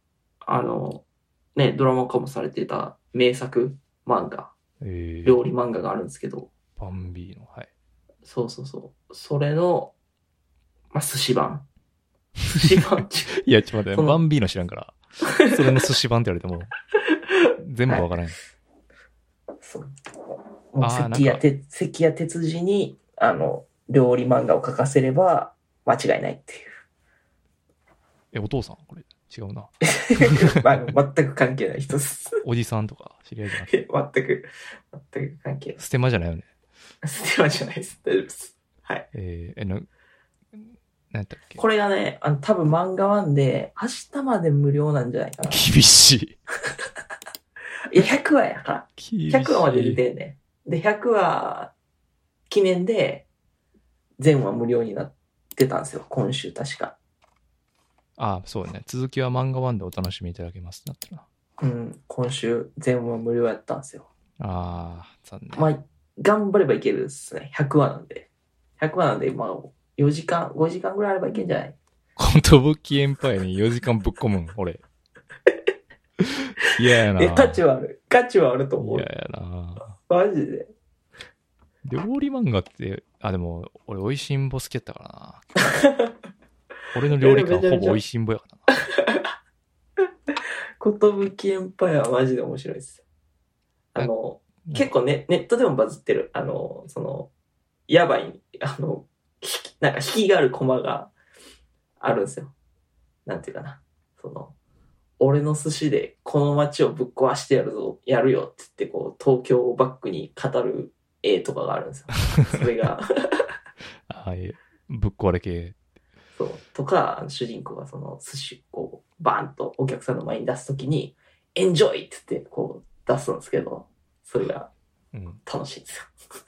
ドラマ化もされてた名作漫画。料理漫画があるんですけど。 バンビーノ、はい。 そう。それの、寿司版。寿司版いや、ちょっと待って、バンビーノ知らんから。それの寿司版って言われても、全部わからない。 そう。関谷哲司に、料理漫画を描かせれば、間違いないっていう。 お父さんこれ違うな。 全く関係ない人です。 おじさんとか知り合いじゃなくて。 全く関係ない。 ステマじゃないよね。 ステマじゃないです。大丈夫です。はい。 何やったっけ？ これがね、多分漫画1で、明日まで無料なんじゃないかな。 厳しい。いや、100話やから。100話まで出てんね。で、100話記念で、全話無料になってたんですよ。今週確か。 そうね。続きは漫画1でお楽しみいただけますなってな。 今週全話無料やったんですよ。 残念。 頑張ればいけるですね。100話なんで。4時間、5時間ぐらいあればいけんじゃない？ 寿エンパイアに4時間ぶっ込むん、俺。嫌やな。 価値はあると思う。 嫌やな。 マジで。 料理漫画って、でも、俺、おいしんぼ好きやったからな。俺の料理感ほぼおいしんぼやからな。 寿エンパイアはマジで面白いです。結構ネットでもバズってる。やばい、なんか引きがあるコマがあるんですよ。なんていうかな。 俺の寿司でこの街をぶっ壊してやるぞ、やるよって言って、こう、東京をバックに語る絵とかがあるんですよ。それがはい。ぶっ壊れ系。 そう。とか、主人公がその寿司をこう、バーンとお客さんの前に出すときに、エンジョイって言って、こう、出すんですけど、それが楽しいんですよ。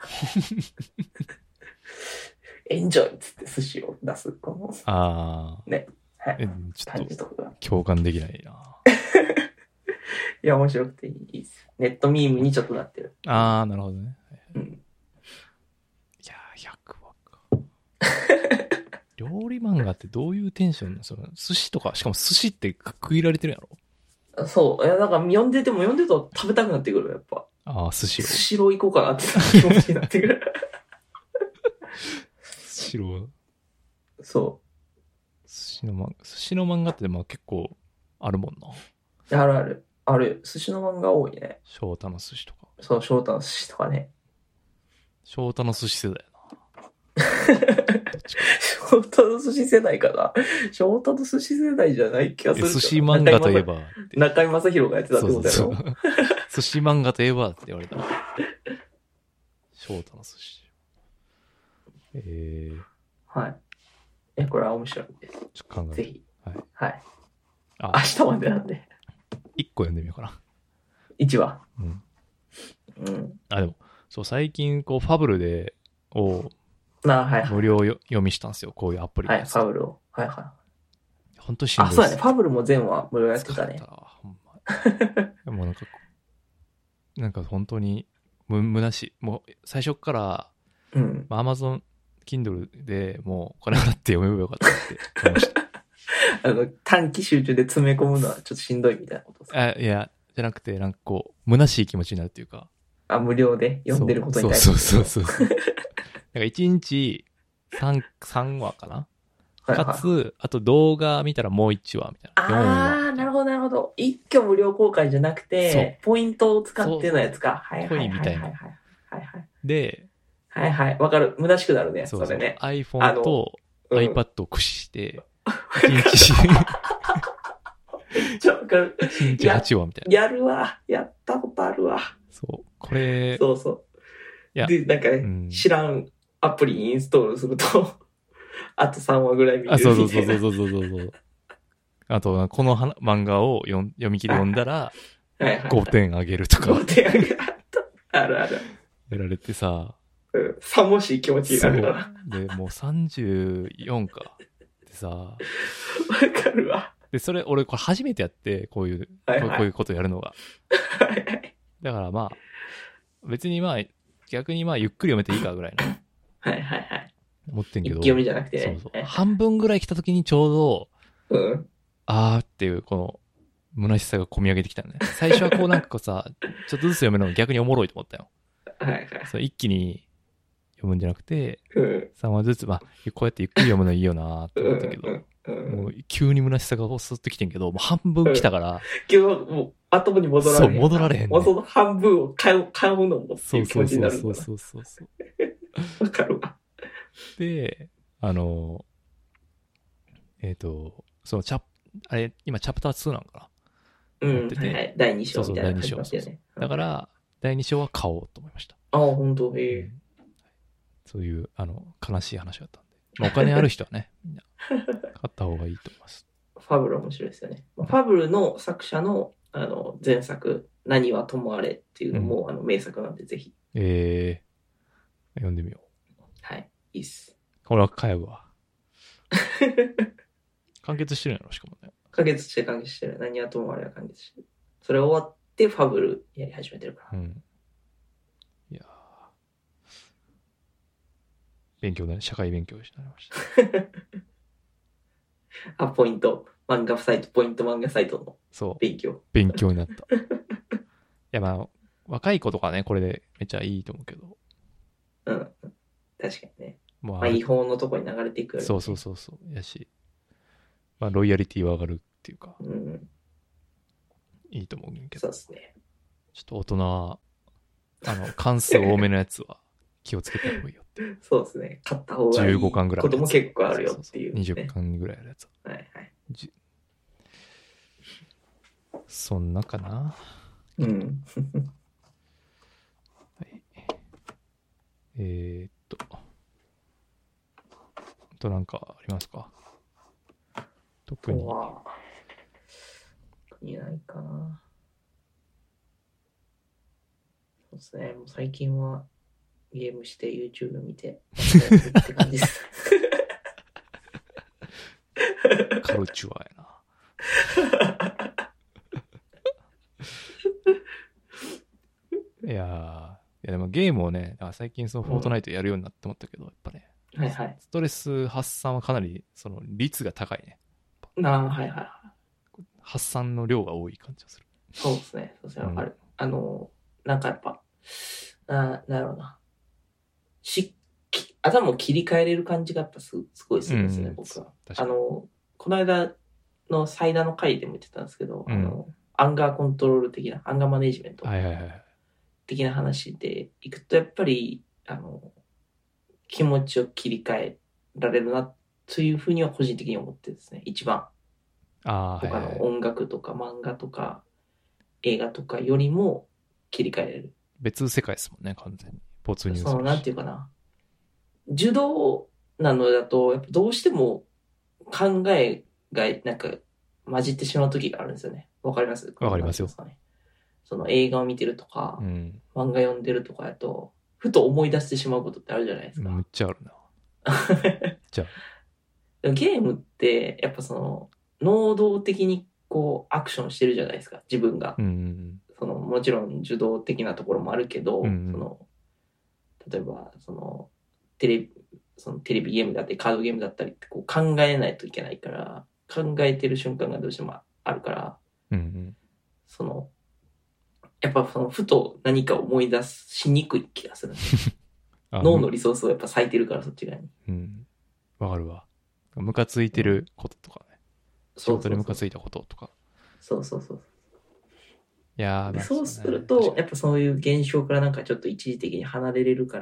エンジョイっつって寿司を出す、この、ね。はい。 ちょっと共感できないな。 いや、面白くていいです。ネットミームにちょっとなってる。 なるほどね。 うん。 いやー、100話か。料理漫画ってどういうテンションなの？その寿司とか、しかも寿司って区切られてるやろ？そう。いや、なんか読んでると食べたくなってくる、やっぱ。 寿司を。 スシロー行こうかなって気持ちになってくる。 スシロー。 そう。 寿司の漫画って結構あるもんな。 ある。寿司の漫画多いね。 翔太の寿司とか。 そう、翔太の寿司とかね。 翔太の寿司世代な。翔太の寿司世代かな。翔太の寿司世代じゃない気がする。 寿司漫画といえば。 中井正広がやってたってことだよ。 そう寿司漫画といえばって言われた。翔太の寿司。 はい。これは面白いです。 ちょっと考えて。 ぜひ。 はい。 はい。明日までなんで。 1個読んでみようかな。 1話。 うん。 うん。 でも、そう、最近、こう、ファブルで、 はい。 無料読みしたんですよ。こういうアプリ。 はい、ファブルを。はいはい。 本当にしんどいです。 そうだね。ファブルも全話無料やってたね。 ほんま。もうなんか本当に、虚しい。もう、最初から、 うん。 Amazon Kindle でもう、お金払って読めばよかったって思いました。 短期集中で詰め込むのはちょっとしんどいみたいなことですか？いや、じゃなくて、なんかこう、虚しい気持ちになるっていうか。 無料で読んでることに対して。 そう。なんか1日3話かな、はいはい、かつ、あと動画見たらもう1話みたいな。 なるほど。一挙無料公開じゃなくて、ポイントを使ってのやつか。はい。 コインみたいな。で、 はい。わかる。虚しくなるね。それね。 iPhone と iPad を駆使して、1日めっちゃわかる。 1日8話みたいな。 やるわ。やったことあるわ。 そう。これ。 そう。で、なんか、知らんアプリインストールすると、あと3話ぐらい見てるみたいな。 そう。あと、この漫画を読み切り読んだら、5点あげるとか。 5点あげる。ある。 やられてさ。 さもしい気持ちになるから。 で、もう34か。でさ。わかるわ。 で、俺これ初めてやって、こういうことやるのが。だから別に逆にゆっくり読めていいかぐらいの。 はい。 思ってんけど。 一気読みじゃなくてね。 そう。半分ぐらい来た時にちょうど、っていう、この、虚しさが込み上げてきたのね。最初はこうなんかさ、ちょっとずつ読めるの逆におもろいと思ったよ。 はい。 そう一気に読むんじゃなくて、3話ずつ、こうやってゆっくり読むのいいよなーって思ったけど、もう急に虚しさが襲ってきてんけど、もう半分来たから。 今日もう頭に戻られへん。 そう、戻られへん、ね。 もうその半分を買うのもっていう気持ちになる。 そう。 わかるわ。 で、今チャプター2なんかな。うん。はい。第2章みたいな。 第2章。だから、第2章は買おうと思いました。 本当そういう、悲しい話だったんで。お金ある人はね、みんな、買った方がいいと思います。 ファブル面白いですよね。ファブルの作者の、前作、何はともあれっていうのも、名作なんで、ぜひ。 読んでみよう。 はい。いいっす。 これは買うわ。完結してるんやろ、しかもね。 完結してる。何はともあれは完結してる。それ終わって、ファブルやり始めてるから。 いや勉強だね。社会勉強になりました。 ポイント漫画サイトの勉強。 勉強になった。いや若い子とかね、これでめっちゃいいと思うけど。 うん。確かにね。違法のとこに流れていく、ね。 そう。やし、ロイヤリティは上がるっていうか。いいと思うけど。 そうですね。 ちょっと大人は、関数多めのやつは気をつけた方がいいよって。 そうですね。買った方がいい。 15巻ぐらい。 ことも結構あるよっていう、 20巻ぐらいあるやつ。 はい。 そんなかな。 うん。 はい。あとなんかありますか？特に。 特にないかな。そうですね。もう最近はゲームして YouTube 見てって感じです。 カルチュアやな。いやでもゲームをね、最近そのフォートナイトやるようになって思ったけど、やっぱね、 はいはい、 ストレス発散はかなりその率が高いね。 はいはいはい。 発散の量が多い感じがする。 そうですね。そうですね。わかる。なんかやっぱ、なんだろうな。頭を切り替えれる感じがやっぱすごいするんですね、僕は。この間の最大の回でも言ってたんですけど、アンガーコントロール的な、アンガーマネジメント的な話でいくと、やっぱり、気持ちを切り替えられるな、というふうには個人的に思ってですね、一番。他の音楽とか漫画とか映画とかよりも切り替えれる。 別世界ですもんね、完全に。没入するし。 その、なんていうかな。受動なのだと、やっぱどうしても考えがなんか混じってしまう時があるんですよね。わかります？ わかりますよ。 その映画を見てるとか、漫画読んでるとかやと、ふと思い出してしまうことってあるじゃないですか。 めっちゃあるな。じゃあ。ゲームって、やっぱその、能動的にこう、アクションしてるじゃないですか、自分が。その、もちろん受動的なところもあるけど、その、例えば、そのテレビゲームだったり、カードゲームだったりってこう考えないといけないから、考えてる瞬間がどうしてもあるから、その、やっぱその、ふと何か思い出しにくい気がする。脳のリソースをやっぱ割いてるから、そっち側に。 わかるわ。ムカついてることとかね。仕事でムカついたこととか。 そう。 いやそうすると、やっぱそういう現象からなんかちょっと一時的に離れれるから、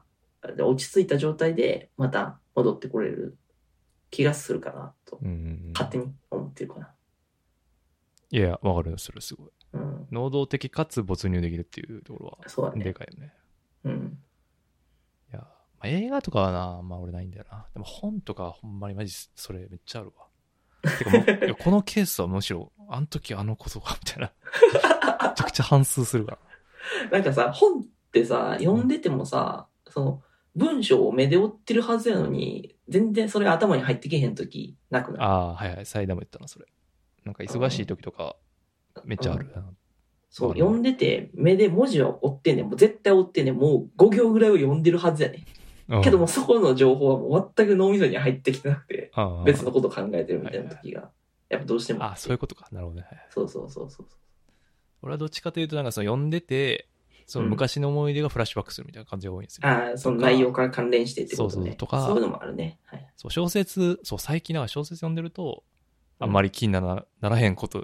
落ち着いた状態でまた戻ってこれる気がするかなと、勝手に思ってるかな。 いや、わかるよ、それすごい。能動的かつ没入できるっていうところはでかいよね。いや、映画とかはな、俺ないんだよな。でも本とかほんまにマジそれめっちゃあるわ。てかもういやこのケースはむしろあの時あのことかみたいなめちゃくちゃ反芻するからなんかさ、本ってさ読んでてもさ、その文章を目で追ってるはずやのに全然それ頭に入ってけへん時なくない？ はいはい、サイダーも言ったなそれ。なんか忙しい時とかめっちゃあるな。 そう、読んでて目で文字を追ってんねん、もう絶対追ってんねん、もう5行ぐらいを読んでるはずやねん。けどもそこの情報はもう全く脳みそに入ってきてなくて、別のことを考えてるみたいな時が、やっぱどうしても。 そういうことか。なるほどね。 そう。 俺はどっちかというと、なんかその読んでて、その昔の思い出がフラッシュバックするみたいな感じが多いんですよ。 その内容から関連してってことね。 とか。 そういうのもあるね。はい。 小説、最近なんか小説読んでると、あんまり気にならへんこと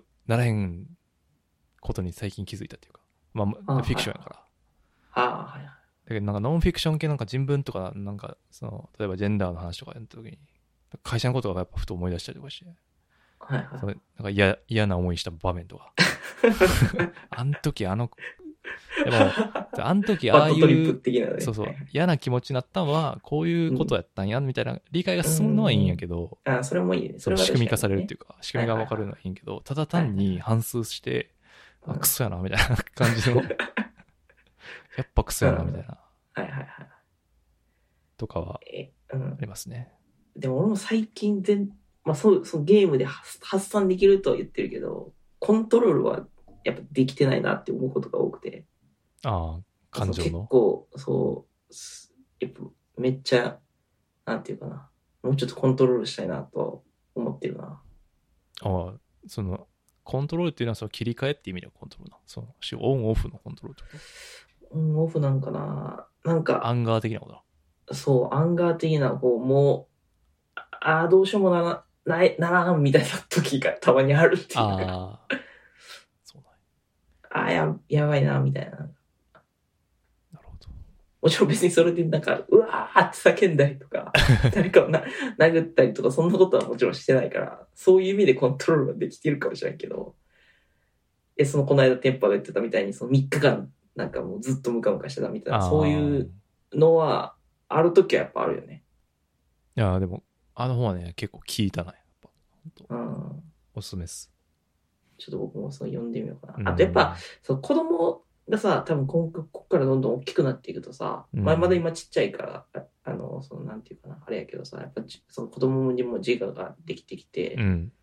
に最近気づいたっていうか。フィクションやから。 はい。 だけどなんかノンフィクション系なんか人文とかなんかその例えばジェンダーの話とかやった時に会社のことがやっぱふと思い出したりとかして、それなんか嫌な思いした場面とかあの時あの時ああいう嫌な気持ちになったのはこういうことやったんやみたいな理解が進むのはいいんやけど、 それもいいね。 それ仕組み化されるっていうか仕組みが分かるのはいいんけど、ただ単に反芻してクソやなみたいな感じのやっぱクソやなみたいな。とかはありますね。 でも俺も最近そのゲームで発散できるとは言ってるけど、コントロールはやっぱできてないなって思うことが多くて。 感情の。 結構やっぱめっちゃなんていうかな、もうちょっとコントロールしたいなと思ってるな。 そのコントロールっていうのはその切り替えっていう意味ではコントロールな。そのオンオフのコントロールとか。 オンオフなんかな、なんかアンガー的なことだ。そう、アンガー的なもうどうしようもならんみたいな時がたまにあるっていうか。 そうなんやばいなみたいな。 なるほど。 もちろん別にそれでなんかうわーって叫んだりとか誰かを殴ったりとかそんなことはもちろんしてないから、そういう意味でコントロールはできてるかもしれんけど、 この間テンパが言ってたみたいに、その3日間、なんかもうずっとムカムカしてたみたいな、そういうのは、あるときはやっぱあるよね。 いや、でも、あの本はね、結構効いたな、やっぱ。 本当。 おすすめです。 ちょっと僕もそう読んでみようかな。あとやっぱ、そう子供がさ、多分ここからどんどん大きくなっていくとさ、まだ今ちっちゃいから、そのなんていうかな、あれやけどさ、やっぱその子供にも自我ができてきて、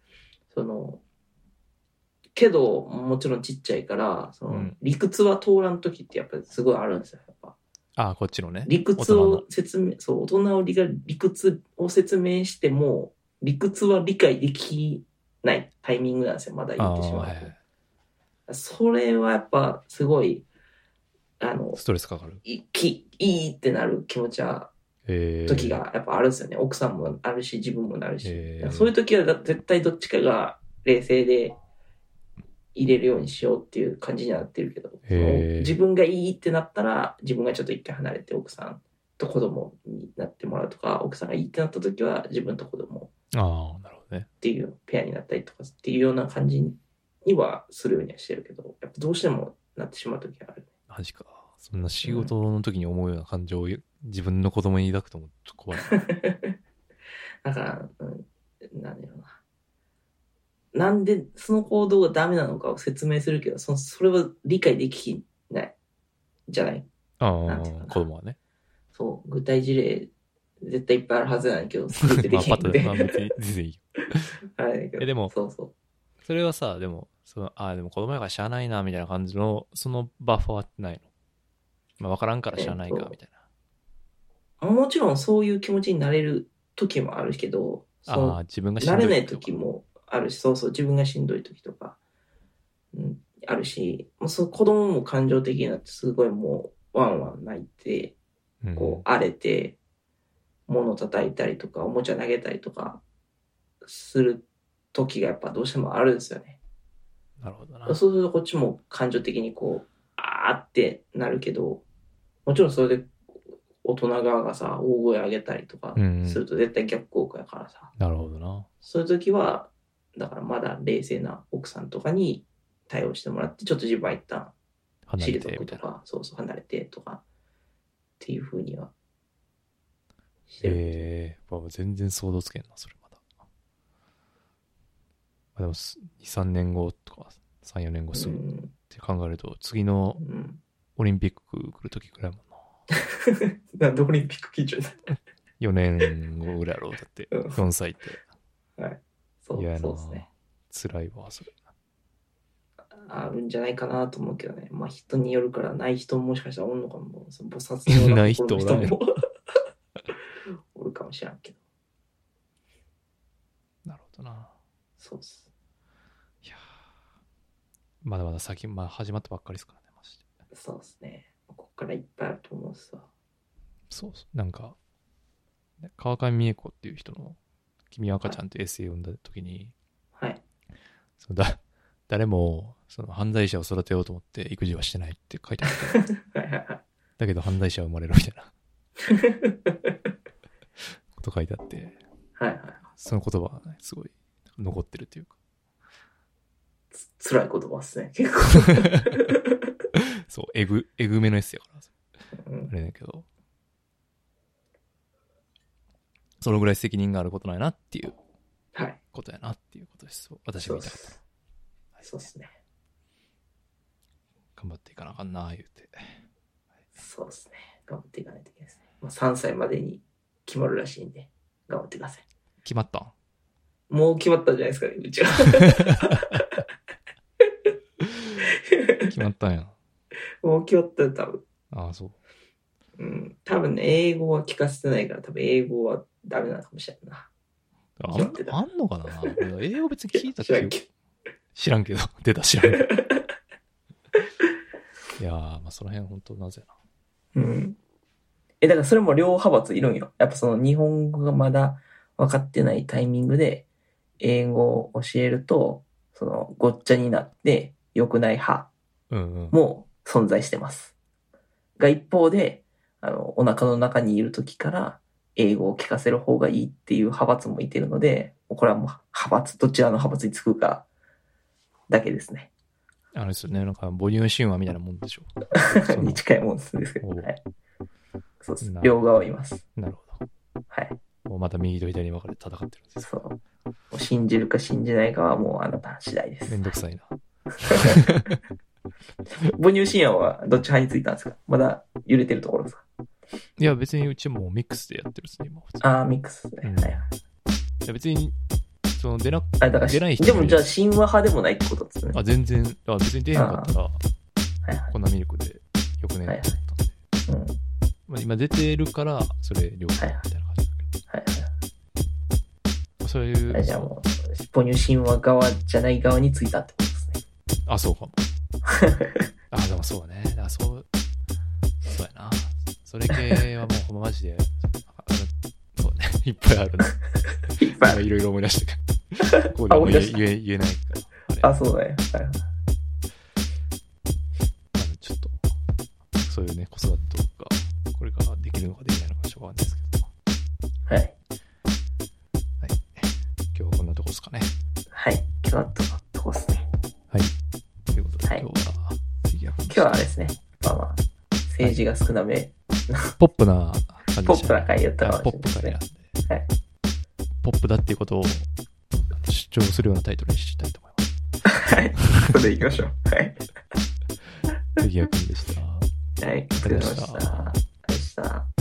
けど、もちろんちっちゃいから、その理屈は通らん時ってやっぱりすごいあるんですよ、やっぱ。 こっちのね。 理屈を説明、そう、大人を理屈を説明しても、理屈は理解できないタイミングなんですよ、まだ言ってしまうと。それはやっぱすごい、 ストレスかかる。 いいってなる気持ちは、時がやっぱあるんですよね。奥さんもあるし、自分もなるし。そういう時は絶対どっちかが冷静で入れるようにしようっていう感じになってるけど、自分がいいってなったら、自分がちょっと一回離れて奥さんと子供になってもらうとか、奥さんがいいってなった時は自分と子供っていうペアになったりとかっていうような感じにはするようにはしてるけど、やっぱどうしてもなってしまう時はある。 マジか。そんな仕事の時に思うような感情を自分の子供に抱くとも怖い。 だから、なんだろうな。なんでその行動がダメなのかを説明するけど、それは理解できないじゃない。 子供はね。 そう、具体事例絶対いっぱいあるはずなんだけど、すぐ出てきてんで。 全然いいよ。でも、 それはさ、でも、でも子供やからしゃあないな、みたいな感じの、そのバッファーはないの？わからんからしゃあないか、みたいな。もちろんそういう気持ちになれる時もあるけど、 自分がしんどい。 なれない時もあるし、自分がしんどい時とか、あるし、子供も感情的になってすごいもうワンワン泣いて、荒れて、物叩いたりとか、おもちゃ投げたりとかする時がやっぱどうしてもあるんですよね。 なるほどな。 そうするとこっちも感情的にあーってなるけど、もちろんそれで大人側がさ、大声上げたりとかすると絶対逆効果やからさ。 なるほどな。 そういう時は、だからまだ冷静な奥さんとかに対応してもらって、ちょっと自分は一旦退くとか、離れてとかっていう風にはしてる。 全然想像つけんな、それまだ。でも、2、3年後とか、3、4年後すぐって考えると、次のオリンピック来る時くらいもんな。なんでオリンピック基準だ 4年後ぐらいやろう。だって、4歳って。 はい。そうですね。 辛いわ、それ。 あるんじゃないかなと思うけどね。まあ人によるからない人ももしかしたらおんのかも。その菩薩のようなない人もおるかもしれんけど。 なるほどな。 そうっす。 いやまだまだ先、始まったばっかりですからね、マジで。 そうですね。こっからいっぱいあると思うっすわ。 そうなんか、川上美恵子っていう人の君は赤ちゃんってエッセイ読んだ時に、 はい。 誰もその犯罪者を育てようと思って育児はしてないって書いてあってはいはいはい。 だけど犯罪者は生まれるみたいなこと書いてあって、 はいはい。 その言葉が、ね、すごい残ってるっていうか、 辛い言葉っすね、結構。 そう、えぐめのエッセイやから、あれだけど、そのぐらい責任があることないなっていうことやなっていうことです。私が言いたかったの。 そうですね。 頑張っていかなあかんな、言うて。 そうですね。頑張っていかないといけないですね。3歳までに決まるらしいんで、頑張ってください。 決まったん？ もう決まったんじゃないですかね、うちは。 決まったんや。 もう決まったよ、多分。 ああ、そう。 多分ね、英語は聞かせてないから、多分英語はダメなのかもしれんな。 あんのかな？英語別に聞いたって知らんけど。出た、知らんけど。いやー、その辺本当なぜな。 だからそれも両派閥いるんよ。やっぱその日本語がまだ分かってないタイミングで英語を教えると、そのごっちゃになって良くない派も存在してます。が一方で、お腹の中にいる時から英語を聞かせる方がいいっていう派閥もいてるので、これはもう派閥、どちらの派閥につくかだけですね。 あれですよね、なんか母乳神話みたいなもんでしょ。 に近いもんですけど。はい。そうです。両側います。 なるほど。はい。 もうまた右と左に分かれて戦ってるんです。 そう。もう信じるか信じないかはもうあなた次第です。 めんどくさいな。 母乳神話はどっち派についたんですか？まだ揺れてるところですか？ いや、別にうちもミックスでやってるんですね、今。 ああ、ミックスね。はい。いや、別に、出ない人でもじゃあ神話派でもないってことですね。 あ、全然、別に出へんかったら、粉ミルクでよくねって思ったんで。まあ、今出てるから、それ両方みたいな感じだけど。はいはい。そういう。 じゃあもう、母乳神話側じゃない側についたってことですね。 あ、そうかも。でもそうね。そうやな。それ系はもうほんまマジで、そうね。いっぱいあるな。 いっぱいある。 いろいろ思い出してから。ここで言えないから。 あ、そうだね。はいはい。 ちょっと、そういうね、子育てとか、これからできるのかできないのかしょうがないですけど。 はい。はい。 今日はこんなとこですかね。 はい。今日はとこですね。 はい。ということで、今日はあれですね。まあまあ、政治が少なめ。 ポップな感じでしたね。 ポップな回やったかもしれない。 ポップ回なんで。 はい。 ポップだっていうことを主張するようなタイトルにしたいと思います。 はい。それでいきましょう。はい。 杉谷君でした。 はい。お疲れ様でした。